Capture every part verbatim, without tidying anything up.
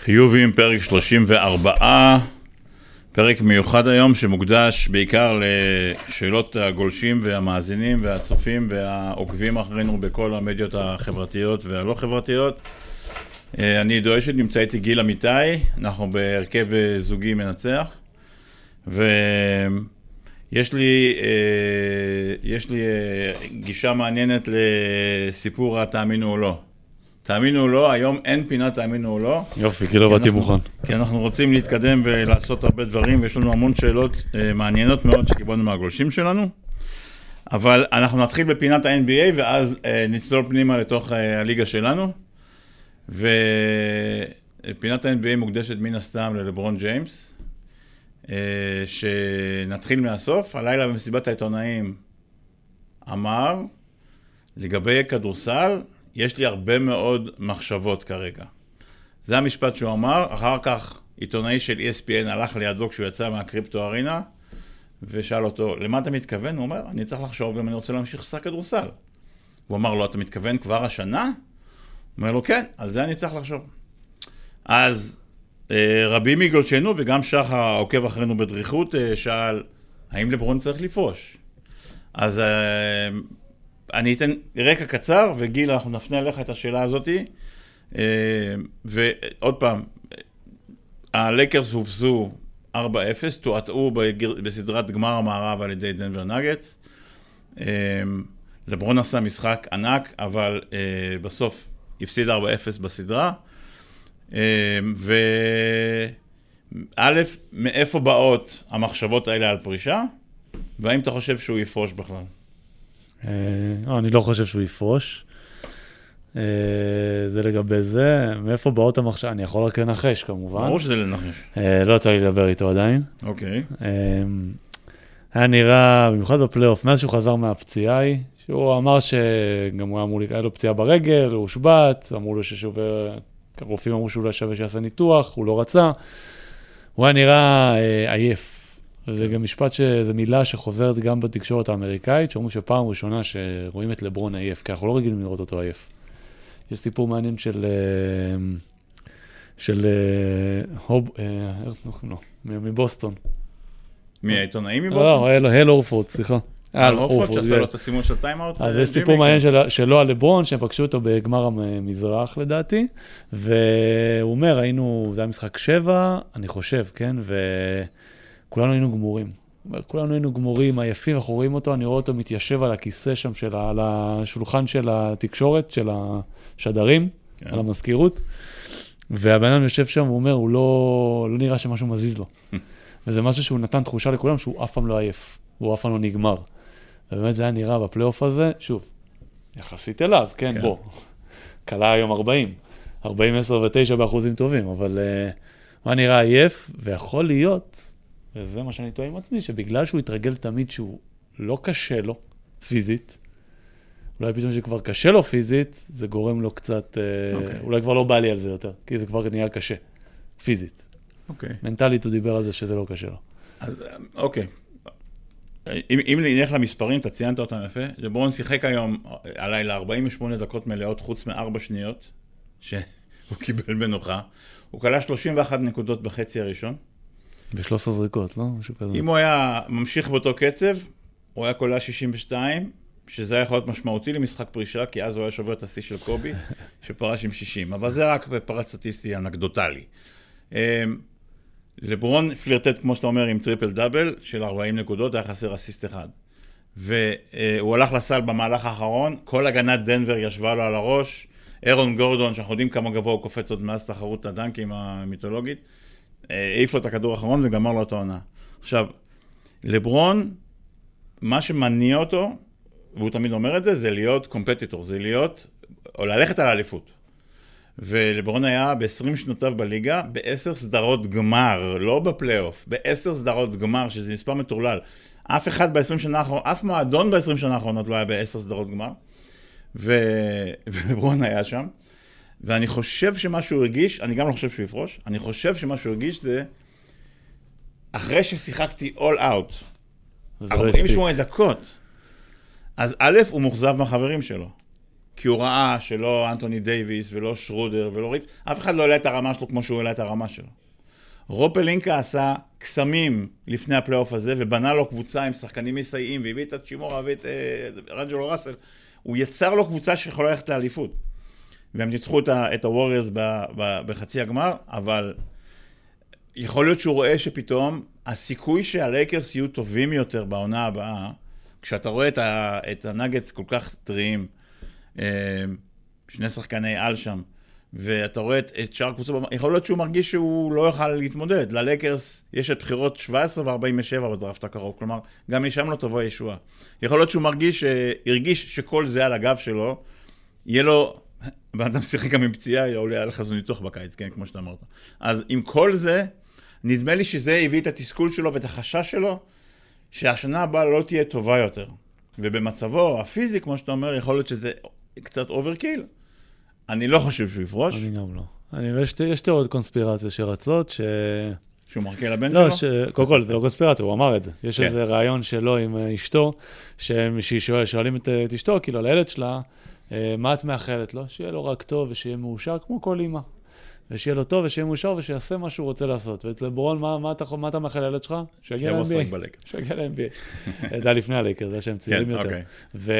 חיובים, פרק שלושים וארבע, פרק מיוחד היום שמוקדש בעיקר לשאלות הגולשים והמאזינים והצופים והעוקבים אחרינו בכל המדיות החברתיות והלא חברתיות. אני דואשת, נמצא איתי גיל אמיתי, אנחנו בהרכב זוגי מנצח, ויש לי, יש לי גישה מעניינת לסיפור התאמינו או לא. תאמינו או לא, היום אין פינה תאמינו או לא. יופי, כי לא באתי מוכן. כי אנחנו רוצים להתקדם ולעשות הרבה דברים, ויש לנו המון שאלות מעניינות מאוד שקיבלנו מהגולשים שלנו. אבל אנחנו נתחיל בפינת ה-אן בי איי, ואז נצלול פנימה לתוך הליגה שלנו. ופינת ה-אן בי איי מוקדשת מן הסתם ללברון ג'יימס, שנתחיל מהסוף. הלילה במסיבת העיתונאים אמר, לגבי כדורסל, יש לי הרבה מאוד מחשבות כרגע. זה המשפט שהוא אמר. אחר כך עיתונאי של אי אס פי אן הלך לידו כשהוא יצא מהקריפטו ארינה, ושאל אותו, למה אתה מתכוון? הוא אומר, אני צריך לחשוב גם אני רוצה להמשיך לשחק כדורסל. הוא אמר לו, אתה מתכוון כבר השנה? הוא אומר לו, כן, על זה אני צריך לחשוב. אז רבים מגולשנו, וגם שחר העוקב אחרינו בדריכות, שאל, האם לברון צריך לפרוש? אז אני אתן רקע קצר, וגיל, אנחנו נפנה אליך את השאלה הזאת. ועוד פעם, הלייקרס הובסו ארבע אפס, תועתעו בסדרת גמר המערב על ידי דנבר נאגטס. לברון עשה משחק ענק, אבל בסוף הפסיד ארבע אפס בסדרה. וא', מאיפה באות המחשבות האלה על פרישה? והאם אתה חושב שהוא יפרוש בכלל? אני לא חושב שהוא יפרוש. זה לגבי זה. מאיפה באות המחשב? אני יכול רק לנחש כמובן. ברור שזה לנחש. לא יצא לי לדבר איתו עדיין. אוקיי. היה נראה, במיוחד בפלייאוף, מאז שהוא חזר מהפציעה היא, שהוא אמר שגם הוא אמור, היה לו פציעה ברגל, הוא הושבת, אמרו לו ששווה, הרופאים אמרו שהוא לא שווה שיעשה ניתוח, הוא לא רצה. הוא היה נראה עייף. וזה גם משפט, זו מילה שחוזרת גם בתקשורת האמריקאית, שאומרים שפעם ראשונה שרואים את לברון עייף, כי אנחנו לא רגילים לראות אותו עייף. יש סיפור מעניין של, של, הוב, לא, מבוסטון. מהעיתונאים מבוסטון? לא, הל אורפורד, סליחה. הל אורפורד, שעשה לו את הסימון של טיימאוט? אז יש סיפור מעניין שלו על לברון, שהם פגשו אותו בגמר המזרח לדעתי, והוא אומר, היינו, זה היה משחק שבע, אני חושב, כן, ו... כולנו היינו גמורים. כולנו היינו גמורים, עייפים, אנחנו רואים אותו, אני רואה אותו מתיישב על הכיסא שם, של, על השולחן של התקשורת, של השדרים, כן. על המזכירות, והבן אדם יושב שם, הוא אומר, הוא לא, לא נראה שמשהו מזיז לו. וזה משהו שהוא נתן תחושה לכולם, שהוא אף פעם לא עייף, הוא אף פעם לא נגמר. ובאמת זה היה נראה בפלייאוף הזה, שוב, יחסית אליו, כן, כן. בוא. קלה היום ארבעים, ארבעים, עשר ותשע באחוזים טובים, אבל uh, הוא נראה עייף, ויכול להיות, וזה מה שאני טועה עם עצמי, שבגלל שהוא התרגל תמיד שהוא לא קשה לו פיזית, אולי פתאום שכבר קשה לו פיזית, זה גורם לו קצת, okay. אולי כבר לא בא לי על זה יותר, כי זה כבר נהיה קשה, פיזית. אוקיי. Okay. מנטלית הוא דיבר על זה שזה לא קשה לו. אז אוקיי. אם, אם נלך למספרים, אתה ציינת אותם יפה, לברון שיחק היום הלילה ארבעים ושמונה דקות מלאות, חוץ מארבע שניות, שהוא קיבל בנוחה. הוא קלה שלושים ואחת נקודות בחצי הראשון. ב-שלוש עשרה זריקות, לא? משהו כזה. אם הוא היה ממשיך באותו קצב, הוא היה קולה שישים ושתיים, שזה היה יכול להיות משמעותי למשחק פרישה, כי אז הוא היה שובר את השיא של קובי, שפרש עם שישים. אבל זה רק בפרט סטטיסטי אנקדוטלי. לברון פלירטט, כמו שאתה אומר, עם טריפל דאבל של ארבעים נקודות, היה חסר אסיסט אחד. והוא הלך לסל במהלך האחרון, כל הגנת דנבר ישבה לו על הראש, אירון גורדון, שאנחנו יודעים כמה גבוה הוא קופץ עוד מאז תחרות הדנקים המיתולוגית, העיף לו את הכדור האחרון וגמר לו את העונה. עכשיו, לברון, מה שמניע אותו, והוא תמיד אומר את זה, זה להיות קומפטיטור, זה להיות, או ללכת על האליפות. ולברון היה ב-עשרים שנותיו בליגה, ב-עשר סדרות גמר, לא בפלייאוף, ב-עשר סדרות גמר, שזה מספר מטורלל. אף אחד ב-עשרים שנה האחרונות, אף מועדון ב-עשרים שנה האחרונות לא היה ב-עשר סדרות גמר, ו... ולברון היה שם. ואני חושב שמה שהוא הרגיש, אני גם לא חושב שהוא יפרוש, אני חושב שמה שהוא הרגיש זה, אחרי ששיחקתי all out, ארבעים ושמונה דקות, אז א' הוא מוחזב מהחברים שלו. כי הוא ראה שלא אנטוני דייביס ולא שרודר ולא ריק, אף אחד לא העלה את הרמה שלו כמו שהוא העלה את הרמה שלו. רוב פלינקה עשה קסמים לפני הפלייאוף הזה, ובנה לו קבוצה עם שחקנים מסייעים, והביא את צ'ימורה והביא את uh, רג'לו ראסל. הוא יצר לו קבוצה שיכולה ללכת לאליפות. והם ניצחו את הווריורס בחצי הגמר, אבל יכול להיות שהוא רואה שפתאום הסיכוי שהלייקרס יהיו טובים יותר בעונה הבאה, כשאתה רואה את, ה, את הנגטס כל כך טריים, שני שחקני על שם, ואתה רואה את, את שאר קבוצה, יכול להיות שהוא מרגיש שהוא לא יוכל להתמודד. ללייקרס יש את בחירות שבע עשרה ו-ארבעים ושבע בדראפט הקרוב, כלומר, גם משם לא תבוא ישועה. יכול להיות שהוא מרגיש, הרגיש שכל זה על הגב שלו, יהיה לו, ואדם שיחק גם עם פציעה, עולה על חזון ניתוח בקיץ, כן, כמו שאתה אמרת. אז עם כל זה, נדמה לי שזה הביא את התסכול שלו ואת החשש שלו, שהשנה הבאה לא תהיה טובה יותר. ובמצבו הפיזי, כמו שאתה אומר, יכול להיות שזה קצת אוברקיל. אני לא חושב שהוא יפרוש. אני גם לא. אני, יש, יש תיאוריות קונספירציה שרצות, ש... שהוא מרקיע לבן לא, שלו? ש... קודם כל, זה לא קונספירציה, הוא אמר את זה. יש כן. איזה רעיון שלו עם אשתו, שהיא שואל, שואלים את, את אשתו, כאילו, על הילד שלה, מה את מאחלת לו? שיהיה לו רק טוב ושיהיה מאושר כמו כל אמא. ושיהיה לו טוב ושיהיה מאושר ושיעשה מה שהוא רוצה לעשות. ואת לברון, מה, מה, אתה, מה אתה מאחל לילד שלך? שיגיע ל-אן בי איי. שיגיע ל-אן בי איי. זה היה לפני הלייקרס, זה שהם צעירים יותר. אוקיי. ו...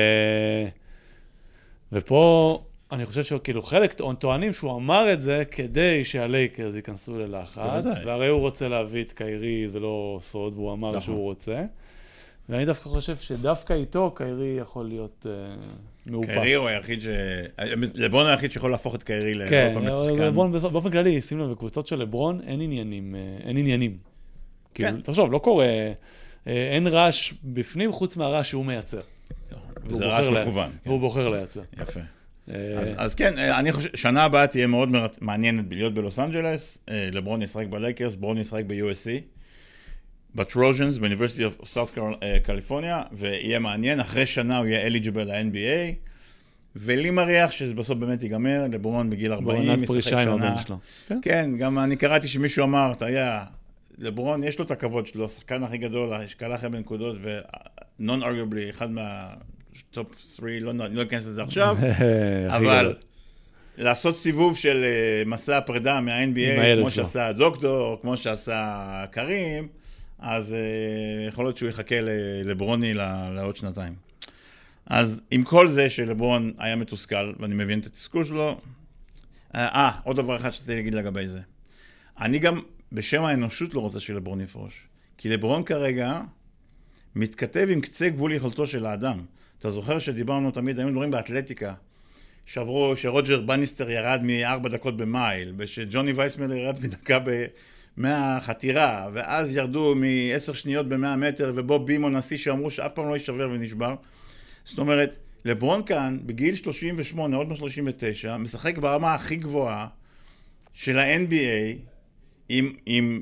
ופה אני חושב שכאילו חלק טוענים שהוא אמר את זה כדי שהלייקרס ייכנסו ללחץ, והרי הוא רוצה להביא את קיירי, זה לא סוד, והוא אמר שהוא רוצה. ואני דווקא חושב שדווקא איתו קיירי יכול להיות uh, מאופס. קיירי הוא היחיד ש... לברון היחיד שיכול להפוך את קיירי כן, לברון באופן כללי, שים לב, בקבוצות של לברון אין עניינים, אין עניינים. כאילו, תחשוב, לא קורה, אין רעש בפנים חוץ מהרעש שהוא מייצר. וזה רעש מכוון. והוא בוחר לייצר. יפה. אז כן, אני חושב, שנה הבאה תהיה מאוד מעניינת להיות בלוס אנג'לס, לברון ישחק בלייקרס, ברון ישחק ב-יו אס סי. בטרוז'נס, באוניברסיטי of South California, ויהיה מעניין, אחרי שנה הוא יהיה eligible ל-אן בי איי, ולי מריח שזה בסוף באמת ייגמר, לברון בגיל ארבעים, משחק שנה. כן, גם אני קראתי שמישהו אמר, אתה יודע, לברון יש לו את הכבוד שלו, השחקן הכי גדול, השקלה אחרי בנקודות, ו-non-arguably, אחד מהטופ שלוש, לא אכנס לזה עכשיו, אבל לעשות סיבוב של מסע הפרידה מה-אן בי איי, כמו שעשה הדוקטור, כמו שעשה קרים, אז uh, יכול להיות שהוא יחכה לברוני לעוד שנתיים. אז עם כל זה שלברון היה מתוסכל, ואני מבין את התסכול שלו, אה, uh, עוד דבר אחד שצריך להגיד לגבי זה. אני גם בשם האנושות לא רוצה שלברון יפרוש. כי לברון כרגע מתכתב עם קצה גבול יכולתו של האדם. אתה זוכר שדיברנו תמיד, היינו מדברים באתלטיקה, שעברו, שרוג'ר בניסטר ירד מ-ארבע דקות במייל, ושג'וני וייסמלר ירד מדקה ב... מהחתירה, ואז ירדו מ-עשר שניות ב-מאה מטר, ובוב בימון נשיא שאמרו שאף פעם לא יישבר ונשבר. זאת אומרת, לברון כאן, בגיל שלושים ושמונה, עוד ב-שלושים ותשע, משחק ברמה הכי גבוהה של ה-אן בי איי, עם, עם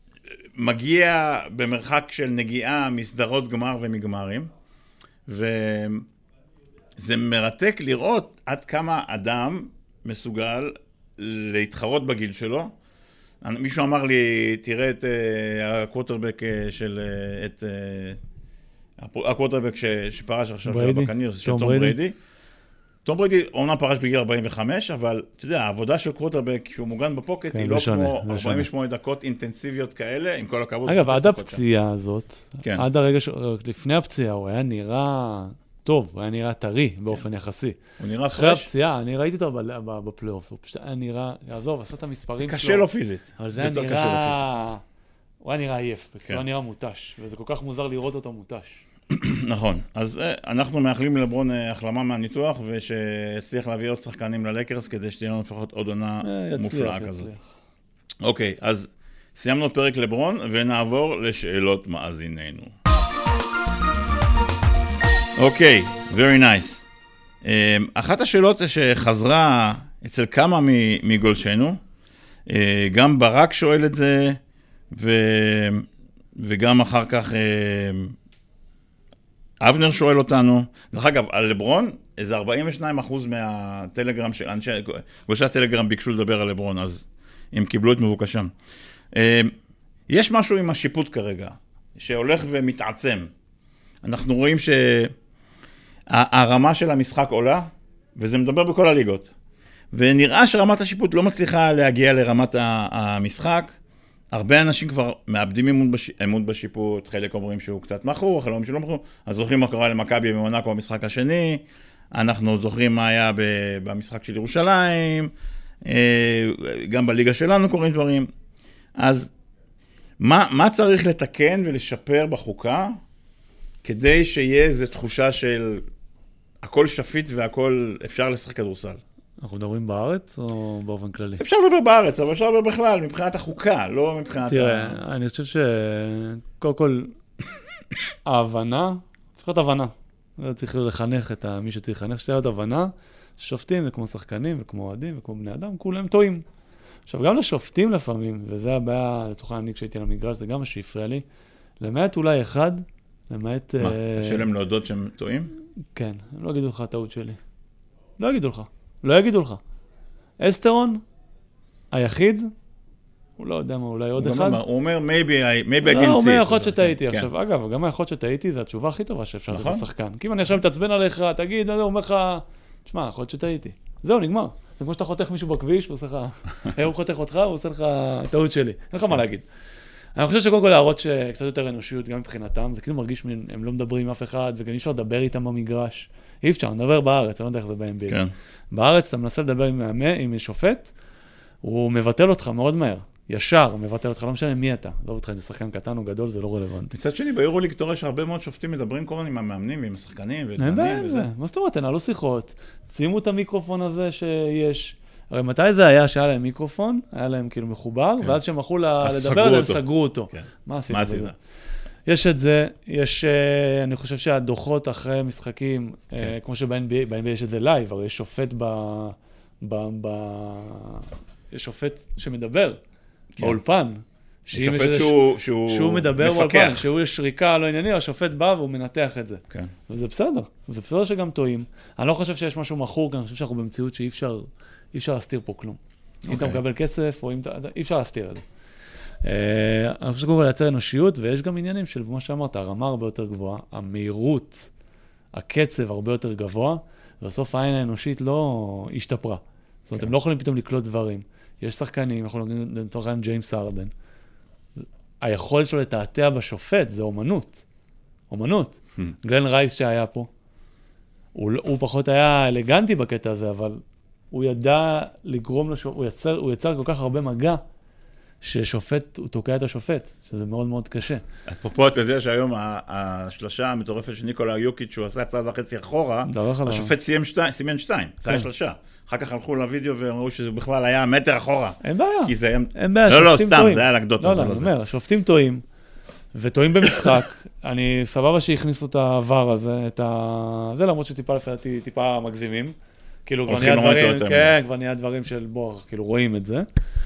מגיע במרחק של נגיעה מסדרות גמר ומגמרים, וזה מרתק לראות עד כמה אדם מסוגל להתחרות בגיל שלו. מישהו אמר לי, תראה את הקווטרבק של, את הקווטרבק שפרש עכשיו בקניר, של תום בריידי. תום בריידי אומנם פרש בגיל ארבעים וחמש, אבל אתה יודע, העבודה של קווטרבק שהוא מוגן בפוקט היא לא כמו ארבעים ושמונה דקות אינטנסיביות כאלה, עם כל הכבוד. אגב, עד הפציעה הזאת, עד הרגע, לפני הפציעה הוא היה נראה טוב, הוא היה נראה טרי באופן יחסי. הוא נראה אחרי הפציעה, אני ראיתי אותו בפלייאוף, הוא פשוט היה נראה, יעזוב, עשה את המספרים שלו. זה קשה לו פיזית. אבל זה היה נראה, הוא היה נראה עייף, בקצוע נראה מוטש, וזה כל כך מוזר לראות אותו מוטש. נכון, אז אנחנו מאחלים לברון החלמה מהניתוח, ושהצליח להביא עוד שחקנים ללייקרס, כדי שתהיה לנו לפחות עוד עונה מופלאה כזאת. אוקיי, אז סיימנו פרק לברון, ונעבור לשאלות מאזיננו. אוקיי, very nice. אחת השאלות שחזרה אצל כמה מגולשנו, גם ברק שואל את זה, וגם אחר כך אבנר שואל אותנו. דרך אגב, על לברון, איזה ארבעים ושניים אחוז מהטלגרם של אנשי, גולשי הטלגרם ביקשו לדבר על לברון, אז הם קיבלו את מבוקשם. יש משהו עם השיפוט כרגע, שהולך ומתעצם. אנחנו רואים שהרמה של המשחק עולה, וזה מדבר בכל הליגות. ונראה שרמת השיפוט לא מצליחה להגיע לרמת המשחק. הרבה אנשים כבר מאבדים אמון, בש... אמון בשיפוט, חלק אומרים שהוא קצת מכור, חלק אומרים שהוא לא מכור. אז זוכרים מה קרה למכבי במונקו במשחק השני, אנחנו זוכרים מה היה במשחק של ירושלים, גם בליגה שלנו קוראים דברים. אז מה, מה צריך לתקן ולשפר בחוקה, כדי שיהיה איזו תחושה של הכל שפיט והכל אפשר לשחק כדורסל? אנחנו מדברים בארץ או באופן כללי? אפשר לדבר בארץ, אבל אפשר לדבר בכלל, מבחינת החוקה, לא מבחינת... תראה, ה... אני חושב שקודם כל, ההבנה, צריך להיות הבנה. צריך לחנך את מי שצריך לחנך, שתהיה להיות הבנה, שופטים וכמו שחקנים וכמו אוהדים וכמו בני אדם, כולם טועים. עכשיו, גם לשופטים לפעמים, וזה הבעיה, לצורך אני כשהייתי על המגרש, זה גם מה שהפריע לי, למעט אולי אחד, למעט... מה? קשה להם להודות שהם טועים? כן, הם לא יגידו לך הטעות שלי. לא יגידו לך. לא יגידו לך. אסטרון, היחיד, הוא לא יודע מה, אולי עוד אחד. הוא אומר, maybe I didn't see it. הוא אומר, יכול שטעיתי. עכשיו, אגב, גם יכול שטעיתי, זו התשובה הכי טובה שאפשר לתת לשחקן. כי אם אני עכשיו מתעצבן עליך, תגיד, הוא אומר לך, תשמע, יכול שטעיתי. זהו, נגמר. זה כמו שאתה חותך מישהו בכביש, הוא עושה לך, הוא חותך אותך, הוא עושה לך טעות שלי. אין לך מה להגיד. אני חושב שקודם כל להראות שקצת יותר אנושיות גם מבחינתם, זה כאילו מרגיש הם לא מדברים עם אף אחד, וגם אי אפשר לדבר איתם במגרש. אי אפשר, נדבר בארץ, אני לא יודע איך זה ב-אן בי איי. כן. בארץ אתה מנסה לדבר עם, עם שופט, הוא מבטל אותך מאוד מהר, ישר, מבטל אותך, לא משנה מי אתה. לא אותך, אם זה שחקן קטן או גדול, זה לא רלוונטי. מצד שני, ביורוליג תורה יש הרבה מאוד שופטים מדברים כל הזמן עם המאמנים ועם השחקנים ודנים וזה. מה זאת אומרת, תנהלו שיחות, שימו את המיקרופון הזה שיש. הרי מתי זה היה שהיה להם מיקרופון, היה להם כאילו מחובר, ואז שהם הלכו לדבר, הם סגרו אותו. מה עשית בזה? יש את זה, יש, אני חושב שהדוחות אחרי משחקים, כמו שב-אן בי איי יש את זה לייב, הרי יש שופט ב... יש שופט שמדבר באולפן. שופט שהוא מדבר באולפן, שהוא יש שריקה לא ענייני, השופט בא והוא מנתח את זה. וזה בסדר, וזה בסדר שגם טועים. אני לא חושב שיש משהו מכור, כי אני חושב שאנחנו במציאות שאי אפשר... אי אפשר להסתיר פה כלום. אם אתה מקבל כסף, או אם אתה... אי אפשר להסתיר את זה. אני חושב שקודם כל לייצר אנושיות, ויש גם עניינים של, כמו שאמרת, הרמה הרבה יותר גבוהה, המהירות, הקצב הרבה יותר גבוה, ובסוף העין האנושית לא השתפרה. זאת אומרת, הם לא יכולים פתאום לקלוט דברים. יש שחקנים, אנחנו נגיד, לצורך העניין ג'יימס הרדן. היכולת שלו לתעתע בשופט, זה אומנות. אומנות. גלן רייס שהיה פה, הוא פחות היה אלגנטי בקטע הזה, אבל הוא ידע לגרום לשופט, הוא יצר, הוא יצר כל כך הרבה מגע, ששופט, הוא תוקע את השופט, שזה מאוד מאוד קשה. אז פה אתה יודע שהיום השלושה המטורפת של ניקולה יוקיץ' שהוא עשה צעד וחצי אחורה, השופט סימן שתיים, צעד שלושה. אחר כך הלכו לוידאו ואמרו שזה בכלל היה מטר אחורה. אין בעיה. כי זה היה... אין בעיה, לא, לא, סתם, זה היה לאקדוטה. לא, לא, אני אומר, השופטים טועים, וטועים במשחק. אני סבבה שהכניסו את העבר הזה, את ה... זה למרות שטיפה לפעתי, טיפה מגזימים. כאילו כבר נהיה דברים, כן, כבר נהיה דברים של בוא, כאילו רואים את זה.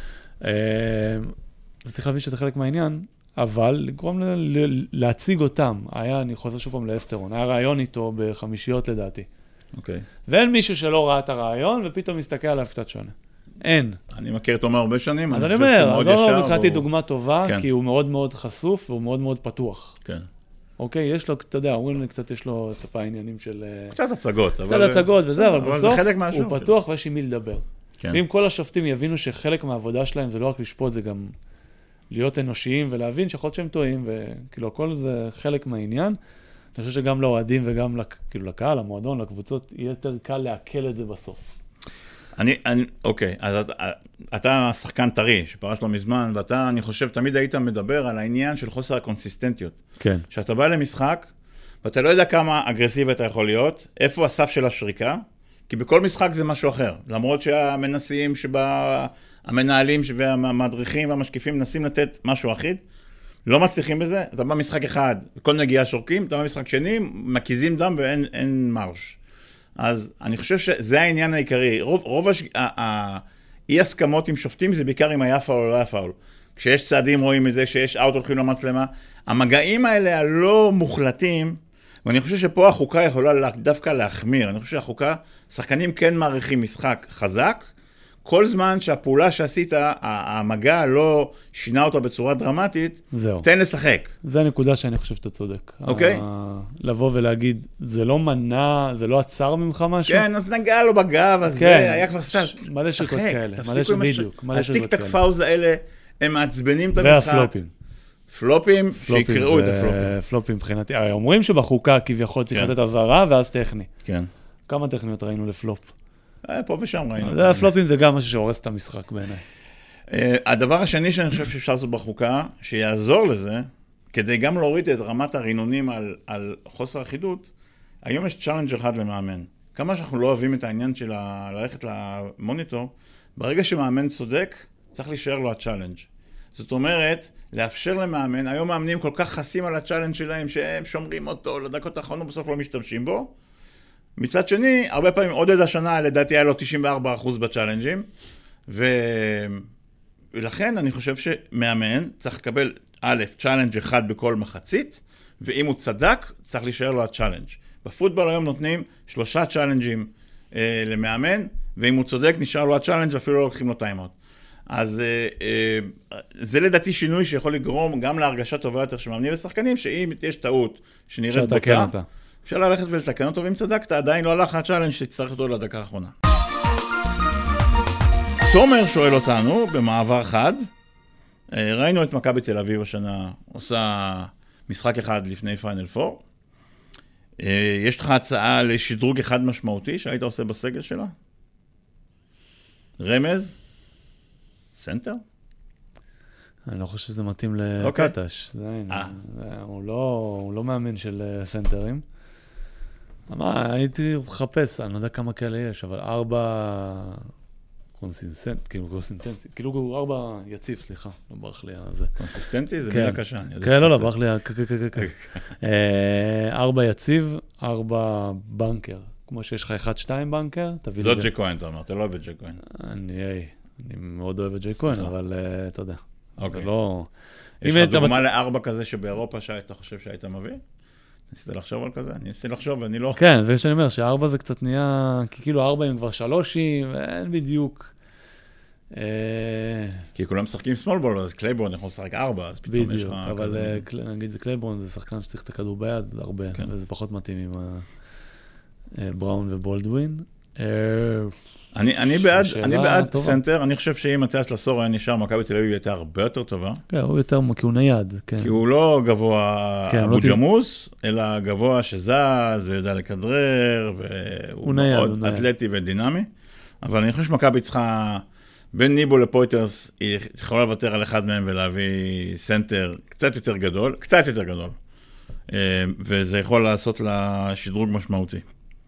וצריך להבין שזה חלק מהעניין, אבל לגרום להציג אותם. היה, אני חוזר שוב פעם לאסטרון, היה רעיון איתו בחמישיות לדעתי. אוקיי. ואין מישהו שלא ראה את הרעיון, ופתאום מסתכל עליו קצת שונה. אין. אני מכיר את עומר הרבה שנים, אז אני אומר, אז הוא מבחינתי דוגמה טובה, כי הוא מאוד מאוד חשוף, והוא מאוד מאוד פתוח. כן. אוקיי, יש לו, אתה יודע, אומרים לי קצת, יש לו את העניינים של... קצת הצגות. קצת הצגות וזה, אבל בסוף הוא פתוח ויש עם מי לדבר. כן. ואם כל השופטים יבינו שחלק מהעבודה שלהם זה לא רק לשפוט, זה גם להיות אנושיים ולהבין שיכול להיות שהם טועים, וכאילו הכל זה חלק מהעניין. אני חושב שגם לאוהדים וגם כאילו לקהל, למועדון, לקבוצות, יהיה יותר קל להקל את זה בסוף. אני, אני, אוקיי, אז אתה, אתה שחקן טרי שפרש לו מזמן, ואתה, אני חושב, תמיד היית מדבר על העניין של חוסר הקונסיסטנטיות. כן. שאתה בא למשחק, ואתה לא יודע כמה אגרסיבי אתה יכול להיות, איפה הסף של השריקה, כי בכל משחק זה משהו אחר. למרות שהמנסים שבה, המנהלים והמדריכים והמשקיפים מנסים לתת משהו אחיד, לא מצליחים בזה, אתה בא משחק אחד, כל נגיעה שורקים, אתה בא משחק שני, מקיזים דם ואין אין מרש. אז אני חושב שזה העניין העיקרי. רוב, רוב הש... האי הסכמות עם שופטים זה בעיקר אם היה פאול או לא היה פאול. כשיש צעדים רואים את זה, שיש אאוט הולכים למצלמה. המגעים האלה הלא מוחלטים, ואני חושב שפה החוקה יכולה דווקא להחמיר. אני חושב שהחוקה, שחקנים כן מעריכים משחק חזק, כל זמן שהפעולה שעשית, המגע לא שינה אותו בצורה דרמטית, זהו. תן לשחק. זה הנקודה שאני חושב שאתה צודק. אוקיי. לבוא ולהגיד, זה לא מנע, זה לא עצר ממך משהו? כן, אז נגע לו בגב, אז זה היה כבר סל. מלא שריקות כאלה, מלא שבדיוק, מלא שריקות הטיק-טק כאלה. פאוז האלה, הם מעצבנים את המשחק. והפלופים. פלופים, שיקראו את הפלופים. פלופים מבחינתי. אומרים שבחוקה כביכול צריך לתת עזרה, ואז טכני. כן. כמה טכניות ראינו לפלופ? פה ושם ראינו. זה הפלופים זה גם משהו שהורס את המשחק בעיניי. הדבר השני שאני חושב שאפשר לעשות בחוקה, שיעזור לזה, כדי גם להוריד את רמת הרינונים על, על חוסר אחידות, היום יש צ'אלנג' אחד למאמן. כמה שאנחנו לא אוהבים את העניין של ה... ללכת למוניטור, ברגע שמאמן צודק, צריך להישאר לו הצ'אלנג'. זאת אומרת, לאפשר למאמן, היום מאמנים כל כך חסים על הצ'אלנג' שלהם, שהם שומרים אותו לדקות האחרונות, בסוף לא משתמשים בו. מצד שני, הרבה פעמים עוד עד השנה, לדעתי היה לו תשעים וארבעה אחוז בצ'אלנג'ים, ו... ולכן אני חושב שמאמן צריך לקבל א', צ'אלנג' אחד בכל מחצית, ואם הוא צדק, צריך להישאר לו הצ'אלנג'. בפוטבול היום נותנים שלושה צ'אלנג'ים אה, למאמן, ואם הוא צודק, נשאר לו הצ'אלנג' ואפילו לא לוקחים לו טיימאוט. אז אה, אה, זה לדעתי שינוי שיכול לגרום גם להרגשה טובה יותר של מאמנים ושחקנים, שאם יש טעות שנראית בוקה, אפשר ללכת ולתקן אותו, ואם צדקת, עדיין לא הלך הצ'אלנג' שתצטרך אותו לדקה האחרונה. תומר שואל אותנו, במעבר חד, ראינו את מכבי תל אביב השנה, עושה משחק אחד לפני פיינל פור. יש לך הצעה לשדרוג אחד משמעותי שהיית עושה בסגל שלה? רמז? סנטר? אני לא חושב שזה מתאים לקטש. הוא לא מאמן של סנטרים. הייתי מחפש, אני לא יודע כמה כאלה יש, אבל ארבע... קונסיסטנט, כאילו קונסיסטנטי, כאילו ארבע יציב, סליחה, לא ברח לי על זה. קונסיסטנטי זה מילה קשה. כן, לא, לא, ברח לי, ארבע יציב, ארבע בנקר, כמו שיש לך אחד, שתיים בנקר, תביא לי... לא ג'י כהן, אתה אומר, אתה לא אוהב את ג'י כהן. אני מאוד אוהב את ג'י כהן, אבל אתה יודע, זה לא... יש לך דוגמה לארבע כזה שבאירופה שאתה חושב שהיית מביא? ניסית לחשוב על כזה? אני ניסי לחשוב ואני לא... כן, זה שאני אומר, שארבע זה קצת נהיה, כי כאילו ארבע הם כבר שלושים, ואין בדיוק. כי כולם משחקים סמולבול, אז קלייבורן יכול לשחק ארבע, אז פתאום יש לך... בדיוק, אבל נגיד זה קלייבורן, זה שחקן שצריך את הכדור ביד, זה הרבה, וזה פחות מתאים עם בראון ובולדווין. אני בעד, אני בעד סנטר, אני חושב שאם מטיאס לסור היה נשאר, מכבי תל אביב הייתה הרבה יותר טובה. כן, הוא יותר, כי הוא נייד. כי הוא לא גבוה אבו ג'מוס, אלא גבוה שזז, ויודע לכדרר, והוא מאוד אתלטי ודינמי. אבל אני חושב שמכבי צריכה, בין ניבו לפויטרס, היא יכולה לוותר על אחד מהם ולהביא סנטר קצת יותר גדול, קצת יותר גדול. וזה יכול לעשות לה שדרוג משמעותי.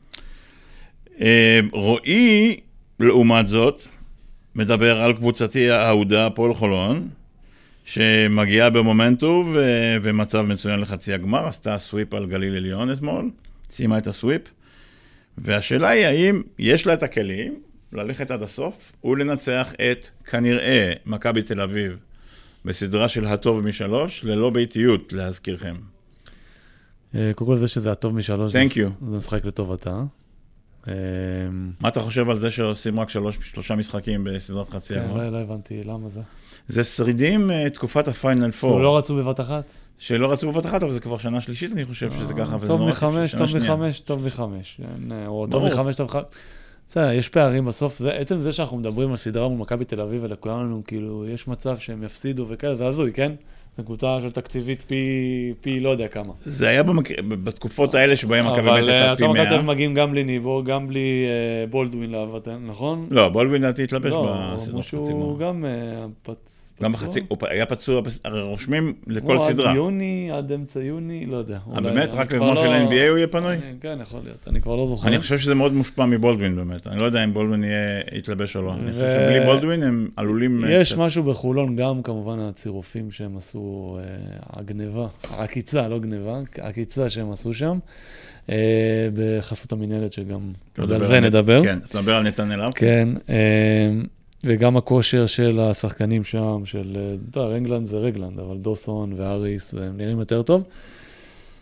רועי, לעומת זאת, מדבר על קבוצתי האהודה פועל חולון, שמגיעה במומנטום ו- ומצב מצוין לחצי הגמר, עשתה סוויפ על גליל עליון אתמול, סיימה את הסוויפ, והשאלה היא האם יש לה את הכלים ללכת עד הסוף ולנצח את כנראה מכבי תל אביב בסדרה של הטוב משלוש, ללא ביתיות להזכירכם. קודם כל זה שזה הטוב משלוש, Thank you. זה משחק לטובתה. מה אתה חושב על זה שעושים רק שלוש, שלושה משחקים בסדרת חצי הגמר? לא הבנתי, למה זה? זה שרידים תקופת הפיינל פור. לא רצו בבת אחת? שלא רצו בבת אחת, אבל זה כבר שנה שלישית, אני חושב שזה ככה. טוב מחמש, טוב מחמש, טוב מחמש. או טוב מחמש, טוב מחמש. בסדר, יש פערים בסוף. עצם זה שאנחנו מדברים על סדרה מול מכבי תל אביב, ולכולנו, כאילו, יש מצב שהם יפסידו וכאלה, זה הזוי, כן? זו קבוצה של תקציבית פי, פי לא יודע כמה. זה היה במק... בתקופות האלה שבהם מכבי באמת הייתה פי מאה. אבל אתם מגיעים גם בלי ניבו, גם בלי אה, בולדווין להבטן, נכון? לא, בולדווין דעתי התלבש לא, בסדרת חצי גמר. הוא גם אה, פצ... גם בחצי, הוא היה פצוע, הרי רושמים לכל הוא סדרה. עד יוני, עד אמצע יוני, לא יודע. אה, באמת? רק לגמר של ה-אן בי איי הוא יהיה פנוי? כן, יכול להיות, אני כבר לא זוכר. אני חושב שזה מאוד מושפע מבולדווין באמת. אני לא יודע אם בולדווין יתלבש או לא. אני חושב שבלי בולדווין הם עלולים... יש משהו בחולון, גם כמובן הצירופים שהם עשו, הגניבה, הקיצה, לא גניבה, הקיצה שהם עשו שם, בחסות המנהלת שגם, על זה נדבר. כן, אתה מדבר על נתנאל ארצי? כן, וגם הכושר של השחקנים שם, של, אתה יודע, רגלנד זה רגלנד, אבל דוסון והאריס, הם נראים יותר טוב.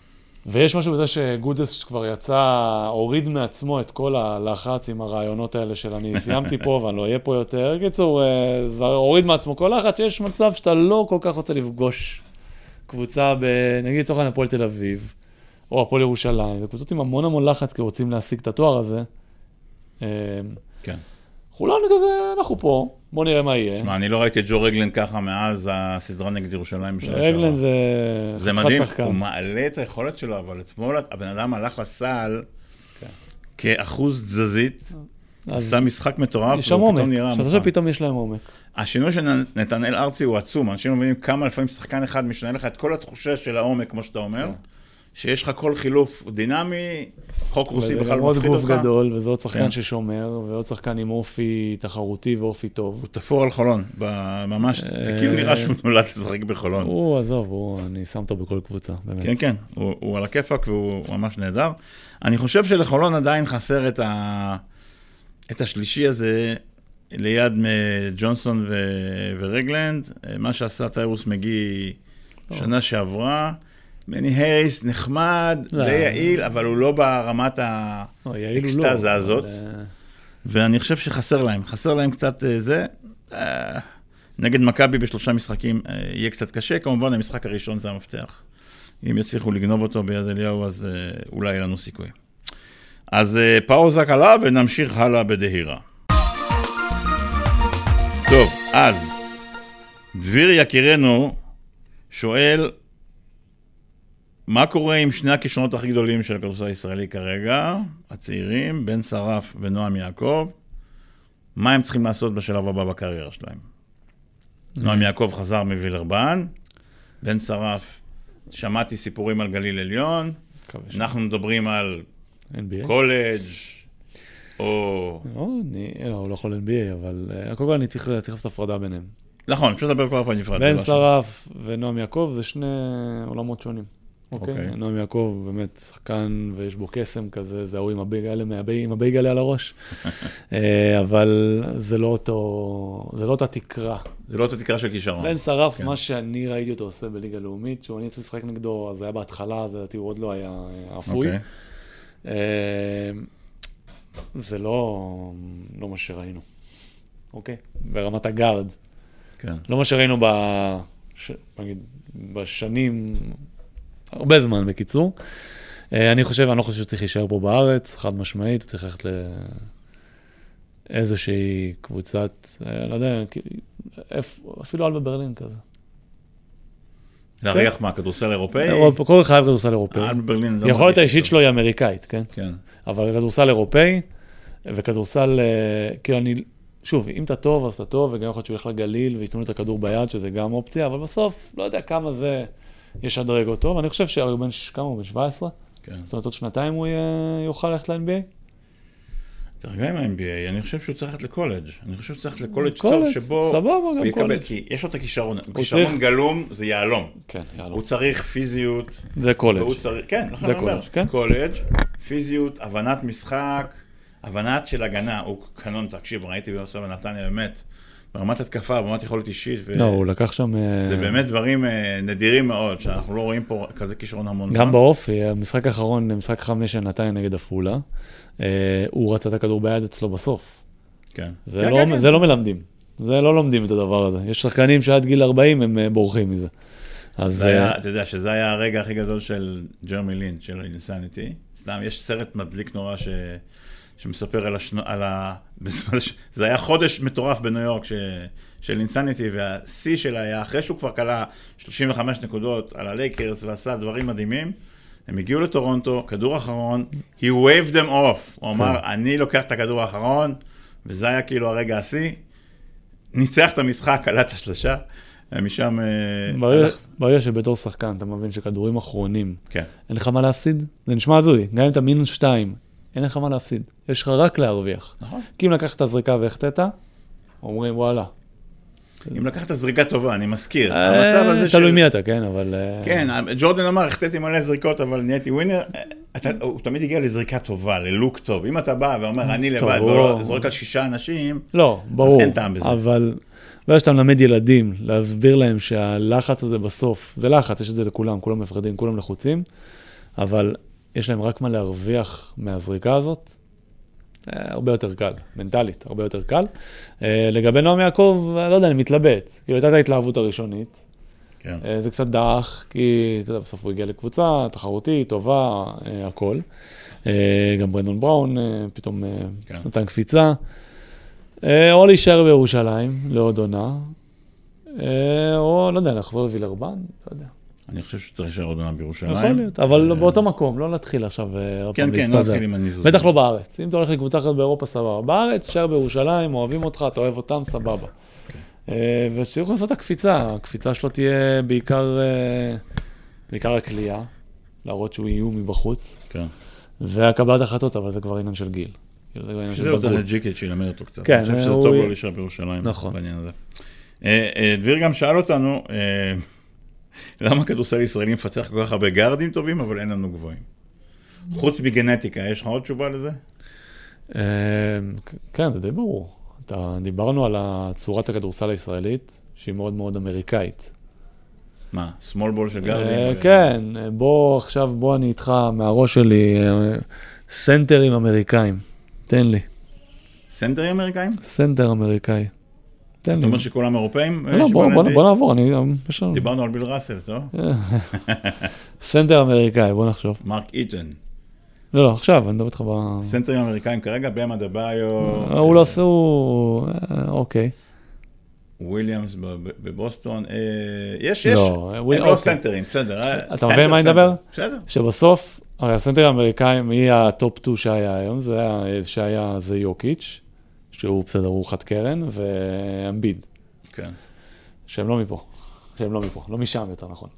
ויש משהו בזה שגודס כבר יצא, הוריד מעצמו את כל הלחץ עם הרעיונות האלה של אני סיימתי פה ואני לא אהיה פה יותר. קיצור, זה הוריד מעצמו כל לחץ, שיש מצב שאתה לא כל כך רוצה לפגוש קבוצה, נגיד צורך הפועל תל אביב, או הפועל ירושלים, וקבוצות עם המון המון לחץ כי רוצים להשיג את התואר הזה. כן. כולנו כזה, אנחנו פה, בוא נראה מה יהיה. תשמע, אני לא ראיתי את ג'ו רגלנד ככה מאז הסדרה נגד ירושלים בשנה שעברה. רגלנד זה... זה מדהים, הוא מעלה את היכולת שלו, אבל אתמול הבן אדם הלך לסל כאחוז תזזית, עשה משחק מטורף, יש שם עומק, שאתה שפתאום יש להם עומק. השינוי של נתנאל ארצי הוא עצום, אנשים מבינים כמה לפעמים שחקן אחד משנה לך את כל התחושה של העומק, כמו שאתה אומר, שיש לך כל חילוף דינמי, חוק רוסי בכלל מפחיד אותך. עוד גוף גדול, וזה עוד שחקן ששומר, ועוד שחקן עם אופי תחרותי ואופי טוב. הוא תפור על חולון, ממש, זה כאילו נראה שהוא נולד לשחק בחולון. הוא, עזוב, אני שם אותו בכל קבוצה, באמת. כן, כן, הוא על הכיפק והוא ממש נהדר. אני חושב שלחולון עדיין חסר את השלישי הזה, ליד ג'ונסון ורגלנד, מה שעשה טיירוס מגי שנה שעברה, מני הייס נחמד, די יעיל, אבל הוא לא ברמת האקסטאזה הזאת. ואני חושב שחסר להם, חסר להם קצת זה. נגד מכבי בשלושה משחקים יהיה קצת קשה, כמובן המשחק הראשון זה המפתח. אם יצליחו לגנוב אותו ביד אליהו, אז אולי יהיה לנו סיכוי. אז פאוזה קלה ונמשיך הלאה בדהירה. טוב, אז דביר יקירנו שואל, מה קורה עם שני הכישרונות הכי גדולים של הכדורסל הישראלי כרגע, הצעירים, בן שרף ונועם יעקב, מה הם צריכים לעשות בשלב הבא בקריירה שלהם? נועם יעקב חזר מווילרבן, בן שרף, שמעתי סיפורים על גליל עליון, אנחנו מדברים על קולג' או... הוא לא יכול אן בי איי, אבל קודם כל אני צריך לעשות הפרדה ביניהם. נכון, אפשר לדבר כבר פעם נפרד. בן שרף ונועם יעקב זה שני עולמות שונים. אוקיי, נועם יעקב באמת שחקן ויש בו קסם כזה, זה הוא עם הבייגלה על הראש, אבל זה לא אותו, זה לא אותה תקרה. זה לא אותה תקרה של כישרון. בן שרף, מה שאני ראיתי אותו עושה בליגה לאומית, שהוא אני צריך לשחק נגדו, אז זה היה בהתחלה, זה הוא עוד לא היה אפוי. זה לא מה שראינו, אוקיי? ברמת הגארד. לא מה שראינו בשנים... הרבה זמן בקיצור. אני חושב, אני לא חושב שצריך להישאר פה בארץ, חד משמעית, צריך ללכת לאיזושהי קבוצת, לא יודע, אפילו על בברלין כזה. להריח מה, כדורסל אירופאי? כל חייב כדורסל אירופאי. על בברלין. יכולת האישית שלו היא אמריקאית, כן? כן. אבל כדורסל אירופאי, וכדורסל, כאילו אני, שוב, אם אתה טוב, אז אתה טוב, וגם יכול להיות שהוא ילך לגליל, ויתנו את הכדור ביד, שזה גם אופציה, אבל בסוף, לא יודע כמה זה... יש הדרג אותו, ואני חושב שהוא בן כמה הוא? בן שבע עשרה? כן. זאת אומרת, עוד שנתיים הוא יוכל ללכת ל-אן בי איי? תרגע עם ה-אן בי איי, אני חושב שהוא צריך ללכת לקולג'. אני חושב שהוא צריך ללכת לקולג' טוב שבו... סבבה, גם קולג'. כי יש לו את הכישרון. כישרון גלום זה יעלום. כן, יעלום. הוא צריך פיזיות. זה קולג'. כן, לכן אני אומר. קולג', פיזיות, הבנת משחק, הבנת של הגנה. הוא קנון, תקשיב, ראיתי בסוף נתניה באמת. ברמת התקפה, ברמת יכולת אישית. לא, הוא לקח שם... זה באמת דברים נדירים מאוד, שאנחנו לא רואים פה כזה כישרון המון. גם באופי, המשחק האחרון, משחק חמש שנתיים נגד עפולה, הוא רצה את הכדור ביד אצלו בסוף. כן. זה לא מלמדים. זה לא לומדים את הדבר הזה. יש שחקנים שעד גיל ארבעים הם בורחים מזה. אתה יודע שזה היה הרגע הכי גדול של ג'רמי לין, של אינסניטי. סתם, יש סרט מדליק נורא ש... שמספר על, השנו, על ה... זה היה חודש מטורף בניו יורק ש... של אינסניטי, והשיא שלה היה אחרי שהוא כבר קלה שלושים וחמש נקודות על הלייקרס ועשה דברים מדהימים, הם הגיעו לטורונטו, כדור אחרון, he waved them off, הוא אמר, אני לוקח את הכדור האחרון, וזה היה כאילו הרגע השיא, ניצח את המשחק, קלה את השלושה, ומשם... ברגע שבתור שחקן אתה מבין שכדורים אחרונים, אין לך מה להפסיד? זה נשמע הזוי, גם אם אתה מינוס שתיים, אין לך מה להפסיד, יש לך רק להרוויח. נכון. כי אם לקחת את הזריקה והחטאת, אומרים וואלה. אם לקחת זריקה טובה, אני מזכיר. המצב הזה של... תלוי מי אתה, כן, אבל... כן, ג'ורדן אמר, החטאתי מלא זריקות, אבל נהייתי ווינר. הוא תמיד הגיע לזריקה טובה, ללוק טוב. אם אתה בא ואומר, אני לבד, זורק על שישה אנשים, לא, ברור. אז אין טעם בזה. אבל... ואיך שאתה מלמד ילדים, להסביר להם שהלחץ הזה בסוף, זה לחץ, יש את זה לכולם, כולם מפחדים, כולם לחוצים, אבל יש להם רק מה להרוויח מהזריקה הזאת, הרבה יותר קל, מנטלית, הרבה יותר קל. לגבי נועם יעקב, לא יודע, אני מתלבט. כאילו, הייתה את ההתלהבות הראשונית. כן. זה קצת דח, כי, אתה יודע, בסוף הוא הגיע לקבוצה, תחרותית, טובה, הכל. גם ברנדון בראון פתאום כן. נתן קפיצה. או להישאר בירושלים, לעוד עונה. או, לא יודע, לחזור לווילרבן, לא יודע. אני חושב שצריך להישאר עוד עונה בירושלים. יכול להיות, אבל באותו מקום, לא נתחיל עכשיו עוד פעם להתפזר. כן, כן, לא נתחיל עם הניזוז. בטח לא בארץ. אם אתה הולך לקבוצה אחרת באירופה, סבבה. בארץ, תישאר בירושלים, אוהבים אותך, אתה אוהב אותם, סבבה. וצריך לעשות את הקפיצה. הקפיצה שלו תהיה בעיקר, בעיקר הקליעה, להראות שהוא איום מבחוץ. כן. והקבלת החלטות, אבל זה כבר עניין של גיל. זה עוד צריך ג'יקט שילמד אותו קצת. כן. אני חושב שזה טוב לו להישאר בירושלים. נכון. בעניין הזה. דביר גם שאל אותנו, למה כדורסל ישראלי מפתח כל כך הרבה גארדים טובים, אבל אין לנו גבוהים? חוץ מגנטיקה, יש לך עוד תשובה לזה? כן, זה די ברור. דיברנו על צורת הכדורסל הישראלית, שהיא מאוד מאוד אמריקאית. מה? סמול בול של גארדים? כן, בוא עכשיו, בוא אני איתך מהראש שלי, סנטרים אמריקאים. תן לי. סנטרים אמריקאים? סנטר אמריקאי. אתה אומר שכולם אירופאים? בוא נעבור, אני... דיברנו על ביל ראסל, טוב? סנטר אמריקאי, בוא נחשוב. מרק איטן. לא, לא, עכשיו, אני מדבר איתך ב... סנטרים אמריקאים כרגע, במה דבאיו... הוא לא עושה, הוא... אוקיי. וויליאמס בבוסטון. יש, יש. הם לא סנטרים, בסדר. אתה מבין מה אני מדבר? בסדר. שבסוף, הרי הסנטר האמריקאי, מי הטופ שתיים שהיה היום, זה היה זה יוקיץ', שהוא בסדר, הוא חד קרן, ואמביד. כן. שהם לא מפה. שהם לא מפה. לא משם יותר נכון.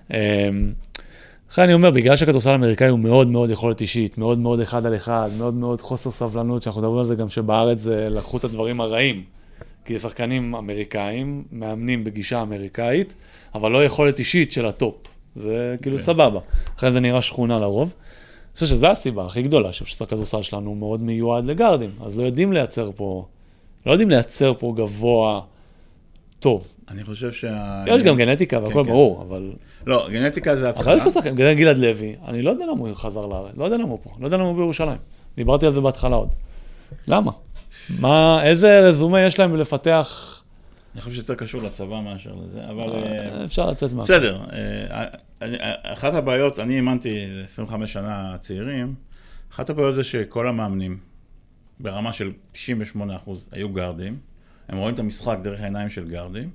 אחרי אני אומר, בגלל שהכדורסל האמריקאי הוא מאוד מאוד יכולת אישית, מאוד מאוד אחד על אחד, מאוד מאוד חוסר סבלנות, שאנחנו מדברים על זה גם שבארץ זה לקחו את הדברים הרעים. כי שחקנים אמריקאים, מאמנים בגישה אמריקאית, אבל לא יכולת אישית של הטופ. זה כאילו סבבה. אחרי זה נראה שכונה לרוב. אני חושב שזו הסיבה הכי גדולה, שהכדורסל שלנו מאוד מיועד לגארדים. אז לא יודעים לייצר פה, לא יודעים לייצר פה גבוה טוב. אני חושב שה... יש גם גנטיקה והכל ברור, אבל... לא, גנטיקה זה התחלה. אבל יש פה שחקנים, גלעד לוי, אני לא יודע למה הוא חזר לארץ, לא יודע למה הוא פה, לא יודע למה הוא בירושלים. דיברתי על זה בהתחלה עוד. למה? מה, איזה רזומה יש להם לפתח... אני חושב שיותר קשור לצבא מאשר לזה, אבל... אפשר לצאת מה. בסדר. אחת הבעיות, אני האמנתי עשרים וחמש שנה צעירים, אחת הבעיות זה שכל המאמנים, ברמה של תשעים ושמונה אחוז, היו גארדים, הם רואים את המשחק דרך העיניים של גארדים,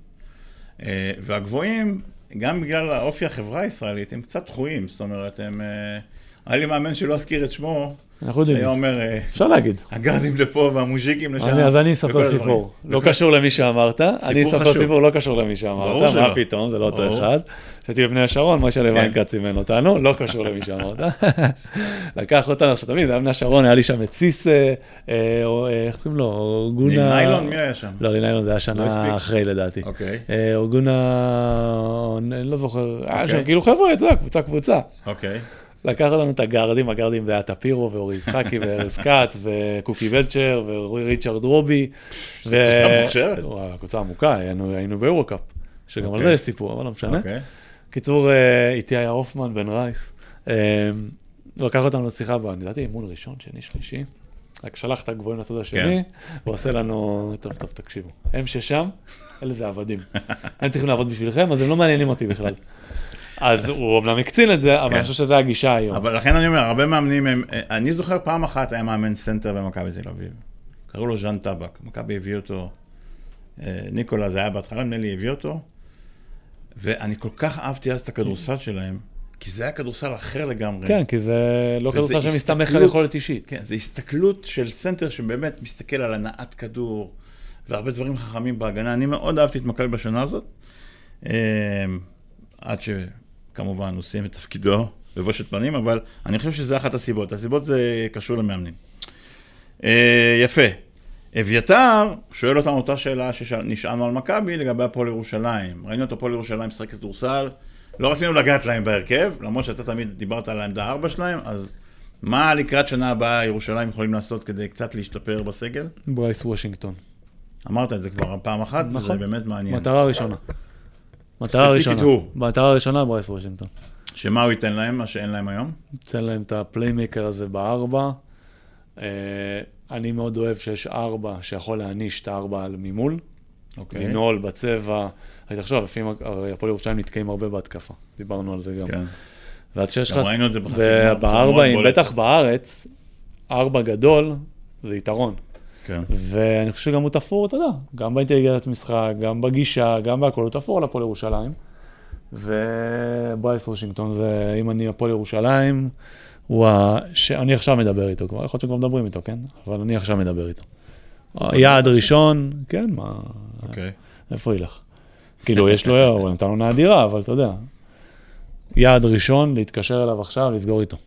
והגבוהים, גם בגלל האופי החברה הישראלית, הם קצת דחויים, זאת אומרת, הם... היה לי מאמן שלא אזכיר את שמו, שהיה אומר, אפשר להגיד. הגארדים לפה והמוז'יקים לשם. אז אני אספר סיפור, לא קשור למי שאמרת, אני אספר סיפור לא קשור למי שאמרת, מה פתאום, זה לא אותו אחד. שהייתי בבני השרון, מה שלבן קץ אימן אותנו, לא קשור למי שאמרת. לקח אותנו, עכשיו תמיד, זה היה בני השרון, היה לי שם את סיס, איך קוראים לו, אורגונה... ניילון, מי היה שם? לא, ניילון זה היה שנה אחרי לדעתי. אורגונה, אני לא זוכר, היה שם כאילו חבר'ה, אתה יודע, קבוצה קבוצה. אוקיי. לקח לנו את הגארדים, הגארדים זה היה טפירו ואורי יצחקי וארז קץ וקוקי ולצ'ר וריצ'רד רובי. קבוצה מוכשרת. קבוצה עמוקה, היינו באירוקאפ, שגם על זה יש סיפור, אבל לא משנה. קיצור, איתי היה הופמן, בן רייס. לקח אותנו לשיחה, אני ידעתי אימון ראשון, שני, שלישי. רק שלח את הגבוהים לצד השני, ועושה לנו, טוב, טוב, תקשיבו. הם ששם, אלה זה עבדים. הם צריכים לעבוד בשבילכם, אז הם לא מעניינים אותי בכלל. אז הוא אומנם הקצין את זה, אבל אני חושב שזה הגישה היום. אבל לכן אני אומר, הרבה מאמנים הם... אני זוכר פעם אחת היה מאמן סנטר במכבי תל אביב. קראו לו ז'אן טבק. מכבי הביא אותו, ניקולה, זה היה בהתחלה, נלי הביא אותו, ואני כל כך אהבתי אז את הכדורסל שלהם, כי זה היה כדורסל אחר לגמרי. כן, כי זה לא כדורסל שמסתמך על יכולת אישית. כן, זה הסתכלות של סנטר שבאמת מסתכל על הנעת כדור, והרבה דברים חכמים בהגנה. אני מאוד אהבתי את מכבי בשנה הזאת, עד ש... כמובן, הוא סיים את תפקידו בבושת פנים, אבל אני חושב שזה אחת הסיבות. הסיבות זה קשור למאמנים. יפה. אביתר שואל אותנו אותה שאלה שנשאלנו על מכבי לגבי הפועל ירושלים. ראינו את הפועל ירושלים משחק כדורסל, לא רצינו לגעת להם בהרכב, למרות שאתה תמיד דיברת על העמדה ארבע שלהם, אז מה לקראת שנה הבאה ירושלים יכולים לעשות כדי קצת להשתפר בסגל? ברייס וושינגטון. אמרת את זה כבר פעם אחת, וזה באמת מעניין. מטרה ראשונה. מטרה ראשונה. מטרה ראשונה, ברייס וושינגטון. שמה הוא ייתן להם, מה שאין להם היום? ייתן להם את הפליימקר הזה בארבע. אני מאוד אוהב שיש ארבע שיכול להניש את הארבע ממול. אוקיי. לנעול בצבע. היית חושב, לפעמים הפועל ירושלים נתקעים הרבה בהתקפה. דיברנו על זה גם. כן. ואז שיש לך... גם ראינו את זה בחצי גמר. ובארבע, בטח בארץ, ארבע גדול, זה יתרון. כן. ואני חושב שגם הוא תפור, אתה יודע, גם באינטליגנציית משחק, גם בגישה, גם בהכל, הוא תפור על הפועל ירושלים. וברייס וושינגטון זה, אם אני הפועל ירושלים, הוא ה... שאני עכשיו מדבר איתו, כבר יכול להיות שכבר מדברים איתו, כן? אבל אני עכשיו מדבר איתו. יעד ראשון, כן, מה... אוקיי. איפה ילך? כאילו, יש לו, הוא נתן לו נדירה, אבל אתה יודע. יעד ראשון, להתקשר אליו עכשיו, לסגור איתו.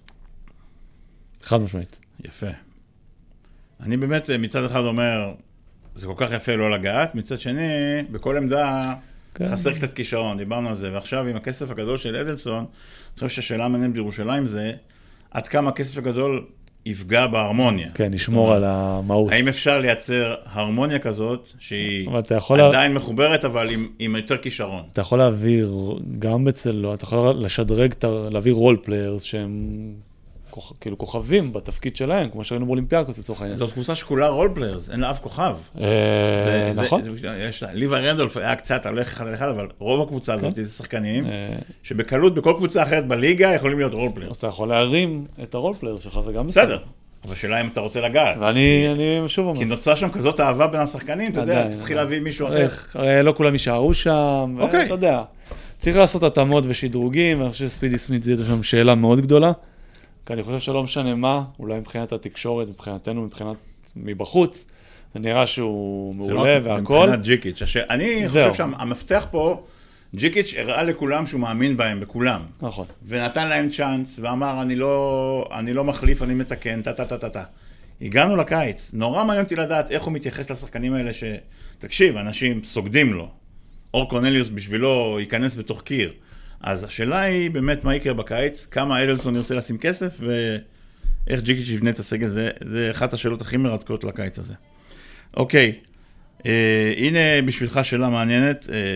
חד משמעית. יפה. אני באמת מצד אחד אומר, זה כל כך יפה לא לגעת, מצד שני, בכל עמדה כן. חסר קצת כישרון, דיברנו על זה, ועכשיו עם הכסף הגדול של אדלסון, אני חושב שהשאלה המעניינת בירושלים זה, עד כמה הכסף הגדול יפגע בהרמוניה. כן, נשמור על המהות. האם אפשר לייצר הרמוניה כזאת, שהיא עדיין לה... מחוברת, אבל עם, עם יותר כישרון? אתה יכול להעביר, גם בצלו, אתה יכול לשדרג, להעביר רול פליירס שהם כוכ... כאילו כוכבים בתפקיד שלהם, כמו שראינו באולימפיאקוס לצורך העניין. זאת קבוצה שכולה רול פליירס, אין לה אף כוכב. זה, נכון. זה, זה, יש לה, ליבה רנדולף היה קצת הולך אחד על אחד, אבל רוב הקבוצה הזאת זה שחקנים, שבקלות בכל קבוצה אחרת בליגה יכולים להיות רול פליירס. אז אתה יכול להרים את הרול פליירס שלך, זה גם בסדר. אבל שאלה אם אתה רוצה לגעת. ואני שוב אומר. כי נוצרה שם כזאת אהבה בין השחקנים, אתה יודע, תתחיל להביא מישהו אחר. הרי לא כולם יישארו שם, אתה יודע. צריך לעשות התאמות ושדרוגים, ואני חושב שספידי סמית זו שם שאלה מאוד גדולה. כי אני חושב שלא משנה מה, אולי מבחינת התקשורת, מבחינתנו, מבחינת מבחוץ, זה נראה שהוא מעולה והכל. מבחינת ג'יקיץ'. אני חושב שהמפתח פה, ג'יקיץ' הראה לכולם שהוא מאמין בהם, בכולם. נכון. ונתן להם צ'אנס, ואמר, אני לא, אני לא מחליף, אני מתקן, טה-טה-טה-טה. הגענו לקיץ. נורא מעניין אותי לדעת איך הוא מתייחס לשחקנים האלה ש... תקשיב, אנשים סוגדים לו. אור קורנליוס בשבילו ייכנס בתוך קיר. אז השאלה היא באמת מה יקרה בקיץ, כמה אדלסון ירצה לשים כסף, ואיך ג'יקיץ' יבנה את הסגל, זה, זה אחת השאלות הכי מרתקות לקיץ הזה. אוקיי, אה, הנה בשבילך שאלה מעניינת, אה,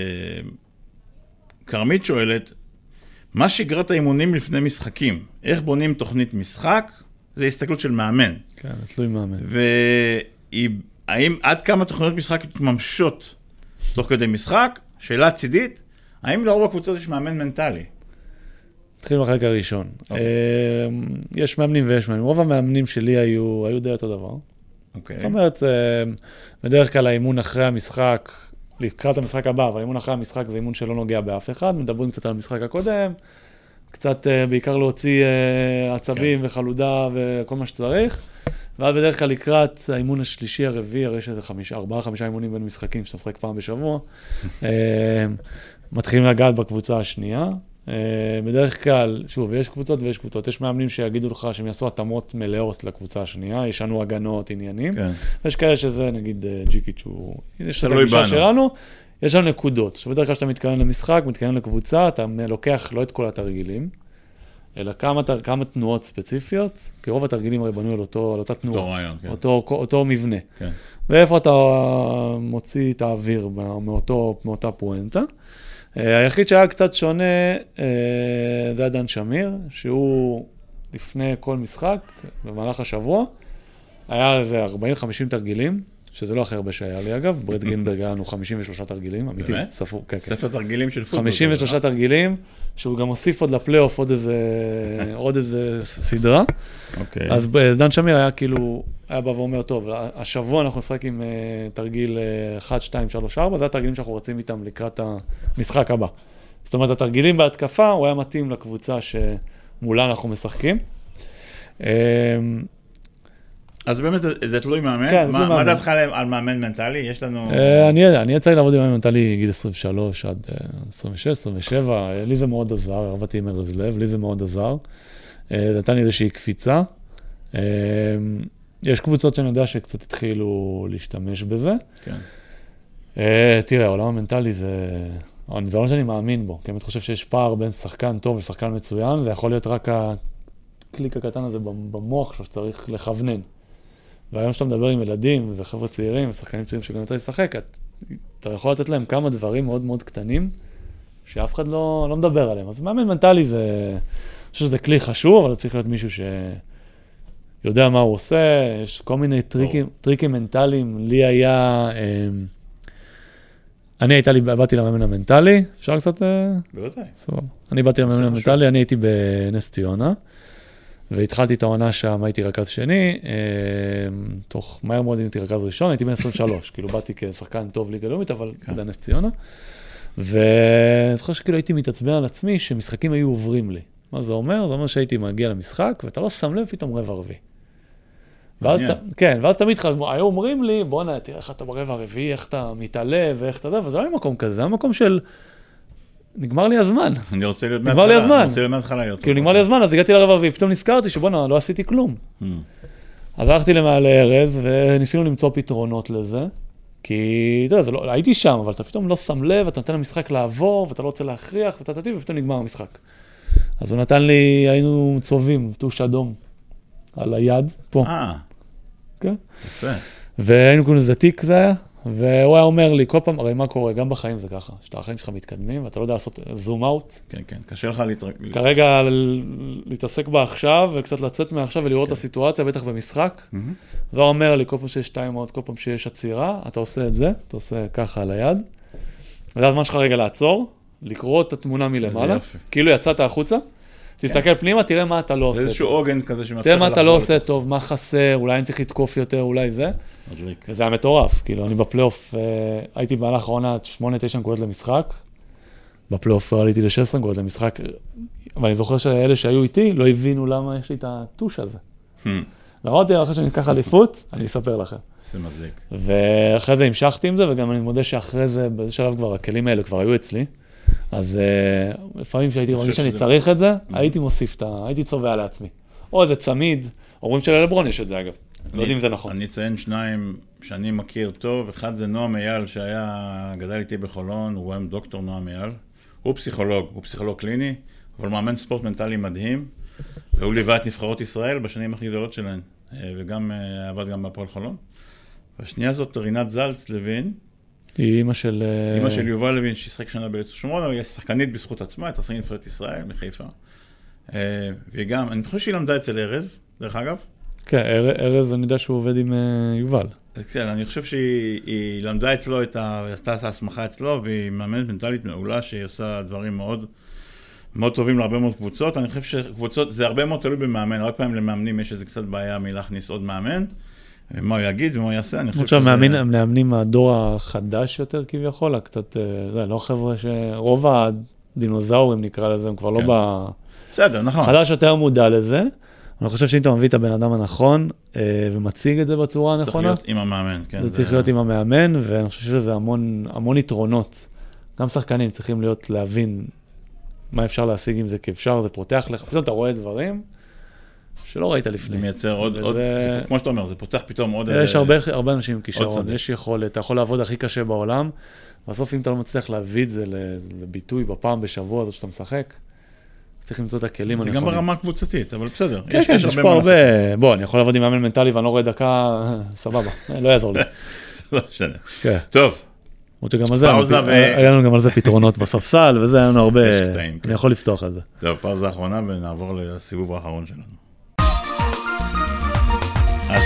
קרמית שואלת, מה שגרת האימונים לפני משחקים? איך בונים תוכנית משחק? זה הסתכלות של מאמן. כן, תלוי מאמן. והאם עד כמה תוכניות משחק מתממשות תוך כדי משחק? שאלה צידית, האם לאור הקבוצות יש מאמן מנטלי? נתחיל בחלק הראשון. יש מאמנים ויש מאמנים. רוב המאמנים שלי היו די אותו דבר. זאת אומרת, בדרך כלל האימון אחרי המשחק, לקראת המשחק הבא, אבל האימון אחרי המשחק זה אימון שלא נוגע באף אחד, מדברים קצת על המשחק הקודם, קצת בעיקר להוציא עצבים וחלודה וכל מה שצריך, ואז בדרך כלל לקראת האימון השלישי הרביעי, הרי יש איזה חמישה, ארבעה, חמישה אימונים בין משחקים, שאתה משחק פעם בשבוע, מתחילים לגעת בקבוצה השנייה. בדרך כלל, שוב, יש קבוצות ויש קבוצות, יש מאמנים שיגידו לך שהם יעשו התאמות מלאות לקבוצה השנייה, ישנו הגנות, עניינים, כן. ויש כאלה שזה, נגיד, ג'יקיץ' הוא, יש את הגישה שלנו, יש לנו נקודות, שבדרך כלל שאתה מתכוון למשחק, מתכוון לקבוצה, אתה לוקח לא את כל התרגילים, אלא כמה, כמה תנועות ספציפיות, כי רוב התרגילים הרי בנוי על, אותו, על אותה תנועה, אותו, רעיון, כן. אותו, אותו מבנה. כן. ואיפה אתה מוציא את האוויר מאותו, מאותה פואנטה. היחיד שהיה קצת שונה זה אדן שמיר, שהוא לפני כל משחק, במהלך השבוע, היה איזה ארבעים חמישים תרגילים, שזה לא הכי הרבה שהיה לי אגב, ברד גינברג היה לנו חמישים ושלושה תרגילים, אמיתי, ספור, כן, כן. ספר תרגילים של פוטבול. חמישים ושלושה תרגילים, שהוא גם הוסיף עוד לפלייאוף עוד איזה, עוד איזה סדרה. אוקיי. אז אדן שמיר היה כאילו, היה בא ואומר, טוב, השבוע אנחנו נשחק עם תרגיל אחת, שתיים, שלוש, ארבע, זה התרגילים שאנחנו רצים איתם לקראת המשחק הבא. זאת אומרת, התרגילים בהתקפה, הוא היה מתאים לקבוצה שמולה אנחנו משחקים. אז באמת זה תלוי מאמן? כן, מה, מה דעתך על מאמן מנטלי? יש לנו... אני, אני יצא לי לעבוד עם מאמן מנטלי גיל עשרים ושלוש עד עשרים ושש, עשרים ושבע, לי זה מאוד עזר, עבדתי עם ארז לב, לי זה מאוד עזר. זה נתן לי איזושהי קפיצה. יש קבוצות שאני יודע שקצת התחילו להשתמש בזה. כן. תראה, העולם המנטלי זה... זה לא שאני מאמין בו, כי אני חושב שיש פער בין שחקן טוב ושחקן מצוין, זה יכול להיות רק הקליק הקטן הזה במוח שצריך לכוונן. והיום שאתה מדבר עם ילדים וחבר'ה צעירים ושחקנים צעירים שגם יוצא לשחק, אתה יכול לתת להם כמה דברים מאוד מאוד קטנים, שאף אחד לא, לא מדבר עליהם. אז מאמן מנטלי זה, אני חושב שזה כלי חשוב, אבל צריך להיות מישהו שיודע מה הוא עושה, יש כל מיני טריקים, טריקים מנטליים. לי היה, אני הייתה לי, באתי למאמן המנטלי, אפשר קצת? בוודאי. סבבה. אני באתי למאמן המנטלי, אני הייתי בנס ציונה, והתחלתי את העונה שם, הייתי רכז שני, תוך מהר מאוד הייתי רכז ראשון, הייתי בן עשרים ושלוש, כאילו באתי כשחקן טוב ליגה לאומית, אבל בנס ציונה. ואני זוכר שכאילו הייתי מתעצבן על עצמי שמשחקים היו עוברים לי. מה זה אומר? זה אומר שהייתי מגיע למשחק, ואתה לא שם לב פתאום רבע רביעי. ואז, ת, כן, ואז תמיד היו אומרים לי, בוא נה, תראה איך אתה ברבע הרביעי, איך אתה מתעלה ואיך אתה זה, וזה לא היה מקום כזה, זה היה מקום של, נגמר לי הזמן. אני רוצה להיות נגמר לי הזמן. אני רוצה להיות מהתחלה יותר. כאילו נגמר לי הזמן, אז הגעתי לרבע הרביעי, פתאום נזכרתי שבוא נה, לא עשיתי כלום. אז הלכתי למעלה ארז, וניסינו למצוא פתרונות לזה, כי, אתה יודע, זה לא, הייתי שם, אבל אתה פתאום לא שם לב, אתה נותן למשחק לעבור, ואתה לא רוצה להכריח, ואתה תתיב, ופתאום נגמר המשחק. אז הוא נתן לי, היינו צובים, טוש אדום, על היד, פה. אה. כן? יפה. והיינו קוראים לזה תיק זה היה, והוא היה אומר לי, כל פעם, הרי מה קורה, גם בחיים זה ככה, שאתה החיים שלך מתקדמים, ואתה לא יודע לעשות זום אאוט. כן, כן, קשה לך להתרק... כרגע להתעסק בה עכשיו, וקצת לצאת מעכשיו ולראות את הסיטואציה, בטח במשחק. והוא אומר לי, כל פעם שיש שתיים מאות, כל פעם שיש עצירה, אתה עושה את זה, אתה עושה ככה על היד, וזה הזמן שלך רגע לעצור, לקרוא את התמונה מלמעלה, כאילו יצאת החוצה, תסתכל פנימה, תראה מה אתה לא עושה. זה איזשהו עוגן כזה שמאפשר לך תראה מה אתה לא עושה טוב, מה חסר, אולי אני צריך לתקוף יותר, אולי זה. וזה היה מטורף, כאילו אני בפלייאוף, הייתי במהלך העונה שמונה תשע נקודות למשחק, בפלייאוף עליתי ל-שש עשרה נקודות למשחק, אבל אני זוכר שאלה שהיו איתי לא הבינו למה יש לי את הטוש הזה. ואמרתי, אחרי שאני אקח אליפות, אני אספר לכם. זה מדליק. ואחרי זה המשכתי עם זה, וגם אני מודה שאחרי זה, באיזה שלב כבר, הכלים האלה כבר היו אצלי, אז לפעמים שהייתי מרגיש שאני צריך את זה, הייתי מוסיף את ה... הייתי צובע לעצמי. או איזה צמיד, אומרים שללברון יש את זה אגב. לא יודעים אם זה נכון. אני אציין שניים שאני מכיר טוב, אחד זה נועם אייל שהיה, גדל איתי בחולון, הוא היה דוקטור נועם אייל. הוא פסיכולוג, הוא פסיכולוג קליני, אבל מאמן ספורט מנטלי מדהים, והוא ליווה את נבחרות ישראל בשנים הכי גדולות שלהן, וגם עבד גם בהפועל חולון. והשנייה זאת רינת זלץ לוין, היא אימא של... אימא של יובל לוין, שישחק שנה באליצור שומרון, אבל היא שחקנית בזכות עצמה, הייתה שחקנית נבחרת ישראל מחיפה. והיא גם, אני חושב שהיא למדה אצל ארז, דרך אגב. כן, ארז, אני יודע שהוא עובד עם יובל. כן, אני חושב שהיא למדה אצלו את ה... עשתה את ההסמכה אצלו, והיא מאמנת מנטלית מעולה, שהיא עושה דברים מאוד, מאוד טובים להרבה מאוד קבוצות. אני חושב שקבוצות, זה הרבה מאוד תלוי במאמן. הרבה פעמים למאמנים יש איזה קצת בעיה מלהכניס עוד מאמן. מה הוא יגיד ומה הוא יעשה, אני חושב שזה... מאמנים מהדור החדש יותר כביכול, קצת, לא חבר'ה שרוב הדינוזאורים נקרא לזה, הם כבר לא ב... בסדר, נכון. חדש יותר מודע לזה. אני חושב שאם אתה מביא את הבן אדם הנכון ומציג את זה בצורה הנכונה, צריך להיות עם המאמן, כן. זה צריך להיות עם המאמן, ואני חושב שזה המון, המון יתרונות. גם שחקנים צריכים להיות, להבין מה אפשר להשיג עם זה כאפשר, זה פותח לך, פתאום אתה רואה דברים שלא ראית לפני. זה מייצר עוד, עוד, כמו שאתה אומר, זה פותח פתאום עוד... יש הרבה, הרבה אנשים עם כישרון, יש יכולת, אתה יכול לעבוד הכי קשה בעולם, בסוף אם אתה לא מצליח להביא את זה לביטוי בפעם בשבוע, זאת שאתה משחק, צריך למצוא את הכלים הנכונים. זה גם ברמה קבוצתית, אבל בסדר. כן, כן, יש פה הרבה... בוא, אני יכול לעבוד עם מאמן מנטלי ואני לא רואה דקה, סבבה, לא יעזור לי. לא משנה. טוב. שגם על זה, היה לנו גם על זה פתרונות בספסל, וזה היה לנו הרבה... אני יכול לפתוח על זה. טוב, פאוזה האחרונה ונעבור לסיבוב האחרון שלנו. אז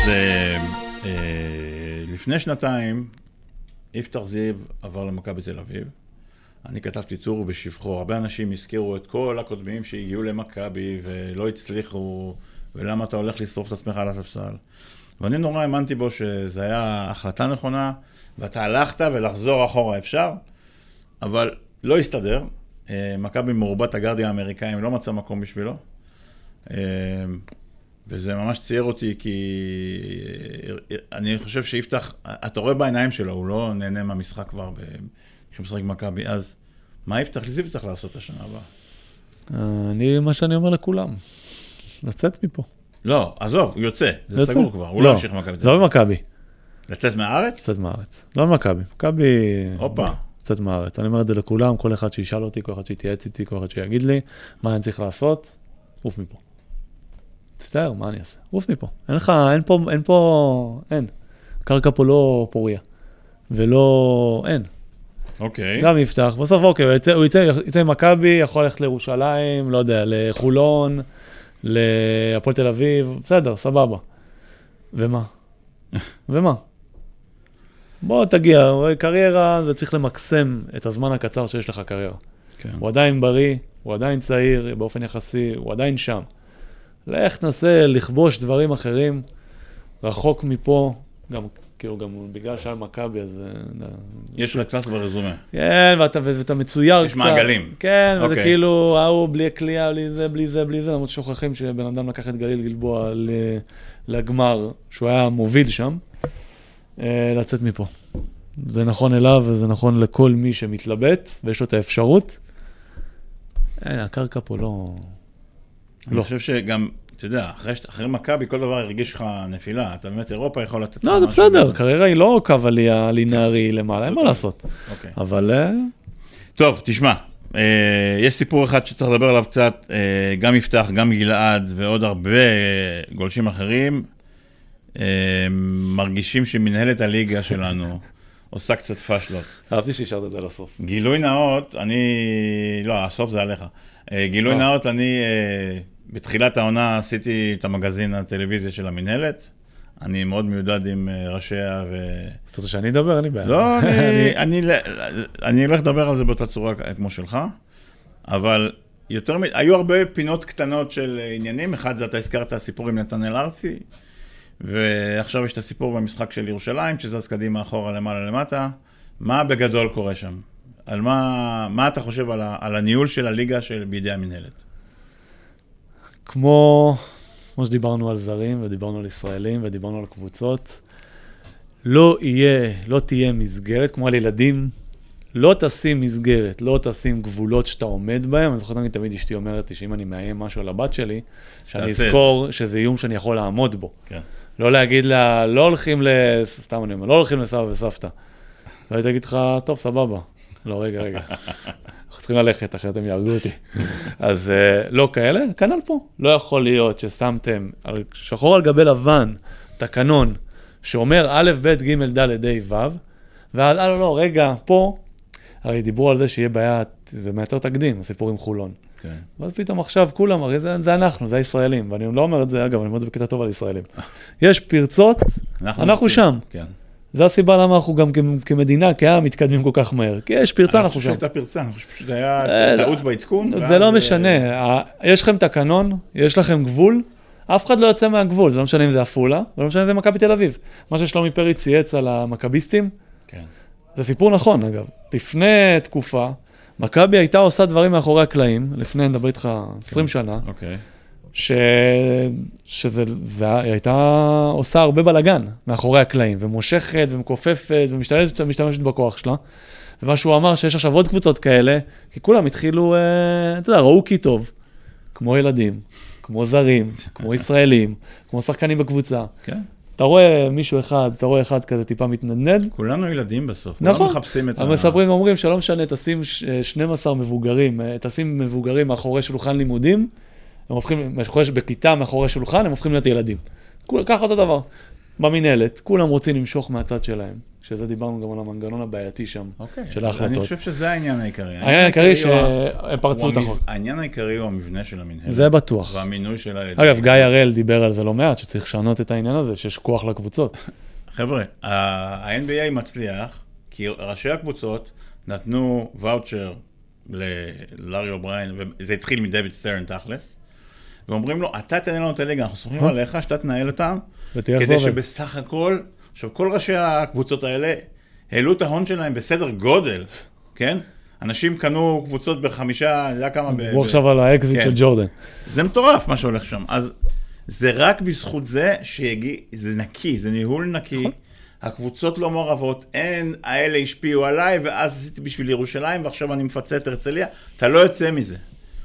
לפני שנתיים, יפתח זיו עבר למכבי תל אביב. אני כתבתי טור בשבחו, הרבה אנשים הזכירו את כל הקודמים שהגיעו למכבי ולא הצליחו, ולמה אתה הולך לשרוף את עצמך על הספסל. ואני נורא האמנתי בו שזה היה החלטה נכונה, ואתה הלכת ולחזור אחורה אפשר, אבל לא הסתדר. מכבי מרובת הגרדים האמריקאים לא מצא מקום בשבילו, וזה ממש צייר אותי, כי אני חושב שיפתח, אתה רואה בעיניים שלו, הוא לא נהנה מהמשחק כבר כשהוא משחק מכבי, אז מה יפתח לזיו צריך לעשות השנה הבאה? אני, מה שאני אומר לכולם, לצאת מפה. לא, עזוב, הוא יוצא, זה סגור כבר, הוא לא ימשיך במכבי. לא במכבי. לצאת מהארץ? לצאת מהארץ. לא במכבי. מכבי... הופה. לצאת מהארץ. אני אומר את זה לכולם, כל אחד שישאל אותי, כל אחד שיתייעץ איתי, כל אחד שיגיד לי, מה אני צריך לעשות, עוף מפה. תסתער, מה אני אעשה? עוף מפה. אין לך, אין פה, אין פה, אין. הקרקע פה לא פוריה. ולא, אין. אוקיי. גם יפתח. בסוף, אוקיי, הוא יצא, הוא יצא, יצא עם מכבי, יכול ללכת לירושלים, לא יודע, לחולון, להפועל תל אביב, בסדר, סבבה. ומה? ומה? בוא תגיע, קריירה, זה צריך למקסם את הזמן הקצר שיש לך קריירה. כן. הוא עדיין בריא, הוא עדיין צעיר, באופן יחסי, הוא עדיין שם. לך תנסה לכבוש דברים אחרים, רחוק מפה, גם, כאילו, גם בגלל שהיה מכבי, אז... יש לך קלאס ברזומה. כן, ואתה, ואתה מצויר יש קצת. יש מעגלים. כן, וזה אוקיי. כאילו, ההוא בלי קליעה, בלי זה, בלי זה, בלי זה, למרות שוכחים שבן אדם לקח את גליל גלבוע לגמר, שהוא היה מוביל שם, לצאת מפה. זה נכון אליו, וזה נכון לכל מי שמתלבט, ויש לו את האפשרות. הקרקע פה לא... אני לא. חושב שגם, אתה יודע, אחרי, אחרי מכבי, כל דבר הרגיש לך נפילה. אתה באמת, אירופה יכול לתת... לא, זה בסדר, קריירה היא לא קו עלייה לינארי למעלה, אין מה לעשות. אוקיי. אבל... טוב, תשמע, יש סיפור אחד שצריך לדבר עליו קצת, גם יפתח, גם גלעד, ועוד הרבה גולשים אחרים, מרגישים שמנהלת הליגה שלנו עושה קצת פשלות. אהבתי שהשארת את זה לסוף. גילוי נאות, אני... לא, הסוף זה עליך. גילוי נאות, אני בתחילת העונה עשיתי את המגזין הטלוויזיה של המנהלת. אני מאוד מיודד עם ראשיה ו... זאת אומרת שאני אדבר, אני בעד. לא, אני הולך לדבר על זה באותה צורה כמו שלך, אבל יותר מ... היו הרבה פינות קטנות של עניינים. אחד זה, אתה הזכרת הסיפור עם נתנאל ארצי, ועכשיו יש את הסיפור במשחק של ירושלים, שזז קדימה אחורה למעלה למטה. מה בגדול קורה שם? על מה, מה אתה חושב על, ה, על הניהול של הליגה של בידי המנהלת? כמו, כמו שדיברנו על זרים, ודיברנו על ישראלים, ודיברנו על קבוצות, לא יהיה, לא תהיה מסגרת, כמו על ילדים, לא תשים מסגרת, לא תשים גבולות שאתה עומד בהם. אני זוכר תמיד, תמיד אשתי אומרת לי, שאם אני מאיים משהו על הבת שלי, שאני אזכור שזה איום שאני יכול לעמוד בו. כן. לא להגיד לה, לא הולכים ל... סתם אני אומר, לא הולכים לסבא וסבתא. והיא תגיד לך, טוב, סבבה. לא, רגע, רגע. אנחנו צריכים ללכת, אחרת הם יהרגו אותי. אז לא כאלה, כנ"ל פה. לא יכול להיות ששמתם שחור על גבי לבן, תקנון, שאומר א', ב', ג', ד', ה', ו', ואז, לא, לא, רגע, פה, הרי דיברו על זה שיהיה בעיה, זה מייצר תקדים, הסיפור עם חולון. כן. ואז פתאום עכשיו כולם, הרי זה, זה אנחנו, זה הישראלים, ואני לא אומר את זה, אגב, אני אומר את זה בקטע טוב על ישראלים. יש פרצות, אנחנו, אנחנו שם. כן. זה הסיבה למה אנחנו גם כמדינה, כעם, מתקדמים כל כך מהר. כי יש פרצה, אנחנו שם. אני חושב שהייתה פרצה, אני חושב שפשוט היה טעות בעדכון. זה לא משנה. יש לכם תקנון, יש לכם גבול, אף אחד לא יוצא מהגבול. זה לא משנה אם זה אפולה, זה לא משנה אם זה מכבי תל אביב. מה ששלומי פרי צייץ על המכביסטים, זה סיפור נכון, אגב. לפני תקופה, מכבי הייתה עושה דברים מאחורי הקלעים, לפני, נדבר איתך עשרים שנה, ש... שזה זה... הייתה עושה הרבה בלגן מאחורי הקלעים, ומושכת ומכופפת ומשתמשת ומשתמשת בכוח שלה. ומה שהוא אמר שיש עכשיו עוד קבוצות כאלה, כי כולם התחילו, אה, אתה יודע, ראו כי טוב, כמו ילדים, כמו זרים, כמו ישראלים, כמו שחקנים בקבוצה. כן. אתה רואה מישהו אחד, אתה רואה אחד כזה טיפה מתנדנד. כולנו ילדים בסוף. נכון. מחפשים את ה... המספרים אומרים שלא משנה, תשים שנים עשר מבוגרים, תשים מבוגרים מאחורי שולחן לימודים, הם הופכים, בכיתה מאחורי שולחן, הם הופכים להיות ילדים. ככה אותו דבר. במנהלת, כולם רוצים למשוך מהצד שלהם, שזה דיברנו גם על המנגנון הבעייתי שם, של ההחלטות. אני חושב שזה העניין העיקרי. העניין העיקרי שהם פרצו את החוק. העניין העיקרי הוא המבנה של המנהלת. זה בטוח. והמינוי של הילדים. אגב, גיא הראל דיבר על זה לא מעט, שצריך לשנות את העניין הזה, שיש כוח לקבוצות. חבר'ה, ה-אן בי איי מצליח, כי ראשי הקבוצות נתנו ואוצ'ר ללארי אובריין, וזה התחיל מדייוויד סטרן תכלס, ואומרים לו, אתה תנהל לנו את הליגה, אנחנו סומכים עליך שאתה תנהל אותם, כדי שבסך הכל, עכשיו כל ראשי הקבוצות האלה, העלו את ההון שלהם בסדר גודל, כן? אנשים קנו קבוצות בחמישה, אני יודע כמה... הוא עכשיו על האקזיט של ג'ורדן. זה מטורף מה שהולך שם. אז זה רק בזכות זה שיגיע, זה נקי, זה ניהול נקי, הקבוצות לא מעורבות, אין, האלה השפיעו עליי, ואז עשיתי בשביל ירושלים, ועכשיו אני מפצה את הרצליה, אתה לא יוצא מזה.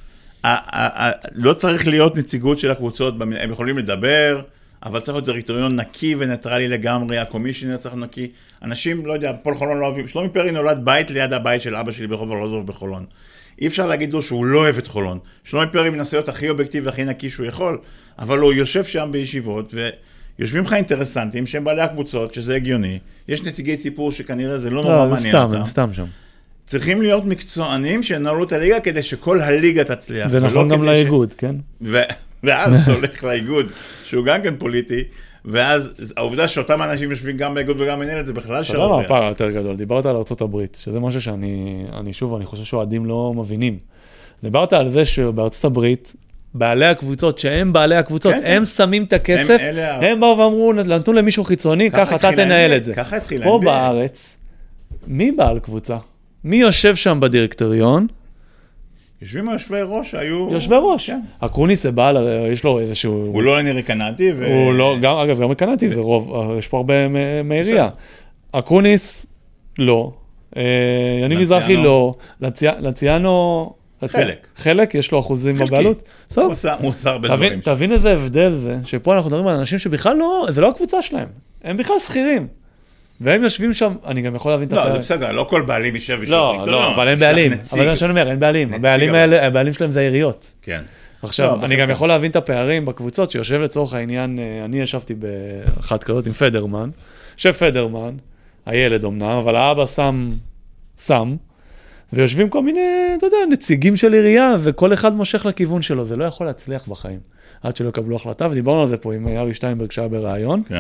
לא צריך להיות נציגות של הקבוצות, הם יכולים לדבר, אבל צריך להיות דירקטוריון נקי וניטרלי לגמרי, הקומישיונר צריך להיות נקי. אנשים, לא יודע, פול חולון לא אוהבים, שלומי פרי נולד בית ליד הבית של אבא שלי ברחוב ארלוזורוב בחולון. אי אפשר להגיד לו שהוא לא אוהב את חולון. שלומי פרי מנסה להיות הכי אובייקטיבי והכי נקי שהוא יכול, אבל הוא יושב שם בישיבות, ויושבים לך אינטרסנטים שהם בעלי הקבוצות, שזה הגיוני. יש נציגי ציבור שכנראה זה לא נורא מעניין אותם. סתם, סתם שם. צריכים להיות מקצוענים שינהלו את הליגה כדי שכל הליגה תצליח. זה נכון גם לאיגוד, כן? ואז אתה הולך לאיגוד, שהוא גם כן פוליטי, ואז העובדה שאותם אנשים יושבים גם באיגוד וגם מנהלת, זה בכלל שרואה. אתה יודע מה הפער יותר גדול? דיברת על ארצות הברית, שזה משהו שאני, אני שוב, אני חושב שאוהדים לא מבינים. דיברת על זה שבארצות הברית, בעלי הקבוצות, שהם בעלי הקבוצות, כן, הם כן. שמים את הכסף, הם, הם באו ואמרו, נתנו למישהו חיצוני, ככה אתה תנהל את זה. ככה התחיל. פה בארץ, מי בעל קבוצה? מי יושב שם בדירקטוריון? יושבים יושבי ראש, היו... יושבי ראש. כן. אקוניס זה בעל, יש לו איזשהו... הוא לא נראה קנדי ו... הוא לא, גם, אגב, גם קנדי, זה רוב, יש פה הרבה מעירייה. אקוניס, לא. יניב מזרחי, לא. לציאנו... חלק. חלק, יש לו אחוזים בבעלות. הוא עשה הרבה דברים. תבין איזה הבדל זה, שפה אנחנו מדברים על אנשים שבכלל לא, זה לא הקבוצה שלהם. הם בכלל שכירים. והם יושבים שם, אני גם יכול להבין את הפערים. לא, זה בסדר, לא כל בעלים יישב ושוב. לא, לא, אבל הם בעלים. אבל זה שאני אומר, אין בעלים. הבעלים האלה, הבעלים שלהם זה העיריות. כן. עכשיו, אני גם יכול להבין את הפערים בקבוצות, שיושב לצורך העניין, אני ישבתי באחת כזאת עם פדרמן, יושב פדרמן, הילד אמנם, אבל האבא שם, שם, ויושבים כל מיני, אתה יודע, נציגים של עירייה, וכל אחד מושך לכיוון שלו, זה לא יכול להצליח בחיים, עד שלא יקבלו החלטה, ודיברנו על זה פה עם ארי שטיינברג שהיה ברעיון. כן.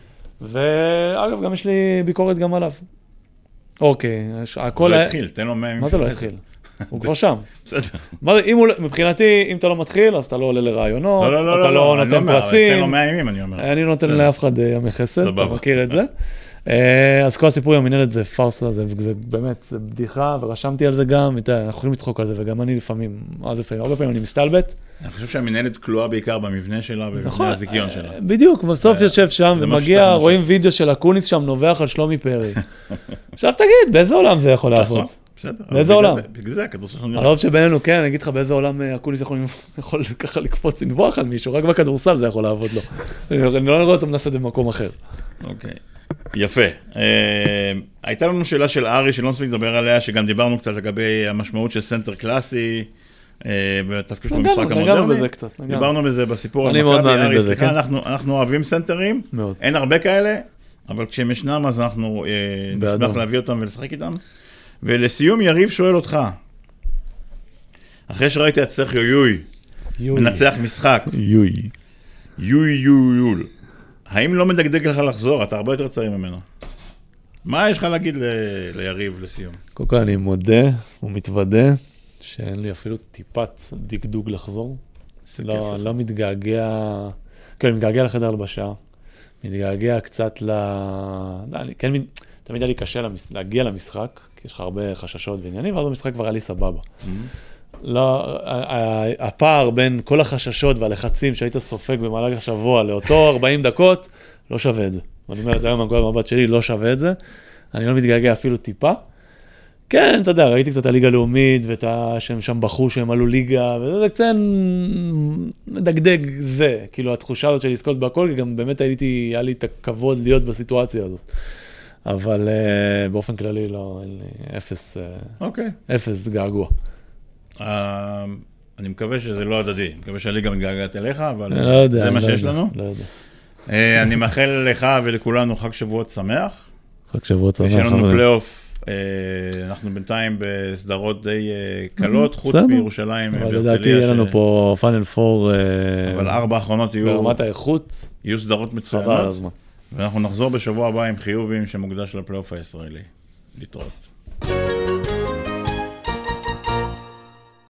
ואגב, גם יש לי ביקורת גם עליו. אוקיי, הכל... לא התחיל, תן לו מהם... מה זה לא התחיל? הוא כבר שם. בסדר. מבחינתי, אם אתה לא מתחיל, אז אתה לא עולה לרעיונות, אתה לא נותן פרסים. תן לו מאה ימים, אני אומר. אני נותן לאף אחד ימי חסד, אתה מכיר את זה. אז כל הסיפור עם המנהלת זה פרסה, זה באמת, זה בדיחה, ורשמתי על זה גם, אנחנו יכולים לצחוק על זה, וגם אני לפעמים, מה זה פעמים, הרבה פעמים אני מסתלבט. אני חושב שהמנהלת כלואה בעיקר במבנה שלה, במבנה הזיקיון שלה. בדיוק, בסוף יושב שם, ומגיע, רואים וידאו של אקוניס שם, נובח על שלומי פרי. עכשיו תגיד, באיזה עולם זה יכול לעבוד? בסדר. באיזה עולם? בגלל זה, הכדורסל שלנו נראה. הרוב שבינינו, כן, אני אגיד לך באיזה עולם אקוניס יכול ככה לקפוץ, לנבוח על מישהו, רק בכדורסל זה יכול לעבוד לו. אני לא רואה אותו מנסה את זה במקום אחר. אוקיי. יפה. הייתה לנו שאלה של ארי, שלא נספיק לדבר עליה, שגם דיברנו קצת לגבי המשמעות של סנטר קלאסי, בתפקיד שלו במשחק המודרני. נגענו בזה קצת. דיברנו בזה בסיפור. אני מאוד מאמין בזה, כן. אנחנו אוהבים סנטרים, אין הרבה כאלה, אבל כשהם ישנם, אז אנחנו נשמח להביא אותם ולשחק איתם. ולסיום, יריב שואל אותך, אחרי שראיתי את סרחיו יוי, מנצח משחק, יוי, יוי יוי יול, האם לא מדגדג לך לחזור? אתה הרבה יותר צעיר ממנו. מה יש לך להגיד ליריב לסיום? קודם כל אני מודה ומתוודה שאין לי אפילו טיפת דגדוג לחזור. לא, לא מתגעגע, כן, אני מתגעגע לחדר הלבשה, מתגעגע קצת ל... כן, תמיד היה לי קשה להגיע למשחק, כי יש לך הרבה חששות ועניינים, ואז במשחק כבר היה לי סבבה. לא, הפער בין כל החששות והלחצים שהיית סופג במהלך השבוע לאותו ארבעים דקות, לא שווה את זה. ואני אומר את זה היום מהנקודת המבט שלי, לא שווה את זה. אני לא מתגעגע אפילו טיפה. כן, אתה יודע, ראיתי קצת הליגה הלאומית, ואת שהם שם בחרו שהם עלו ליגה, וזה קצת מדגדג זה, כאילו התחושה הזאת של לזכות בהכל, כי גם באמת הייתי, היה לי את הכבוד להיות בסיטואציה הזאת. אבל uh, באופן כללי לא, אין לי אפס, uh, okay. אפס געגוע. Uh, אני מקווה שזה לא הדדי, אני מקווה שהליגה מתגעגעת אליך, אבל לא יודע, זה מה לא שיש יודע, לנו. לא יודע. Uh, אני מאחל לך ולכולנו חג שבועות שמח. חג שבועות שמח. יש לנו פלייאוף, uh, אנחנו בינתיים בסדרות די uh, קלות, חוץ בירושלים בהרצליה. אבל לדעתי יהיה לנו פה פיינל פור. אבל ארבע האחרונות יהיו... ברמת האיכות. יהיו סדרות מצוינות. חבל הזמן. ואנחנו נחזור בשבוע הבא עם חיובים שמוקדש לפלייאוף הישראלי. להתראות.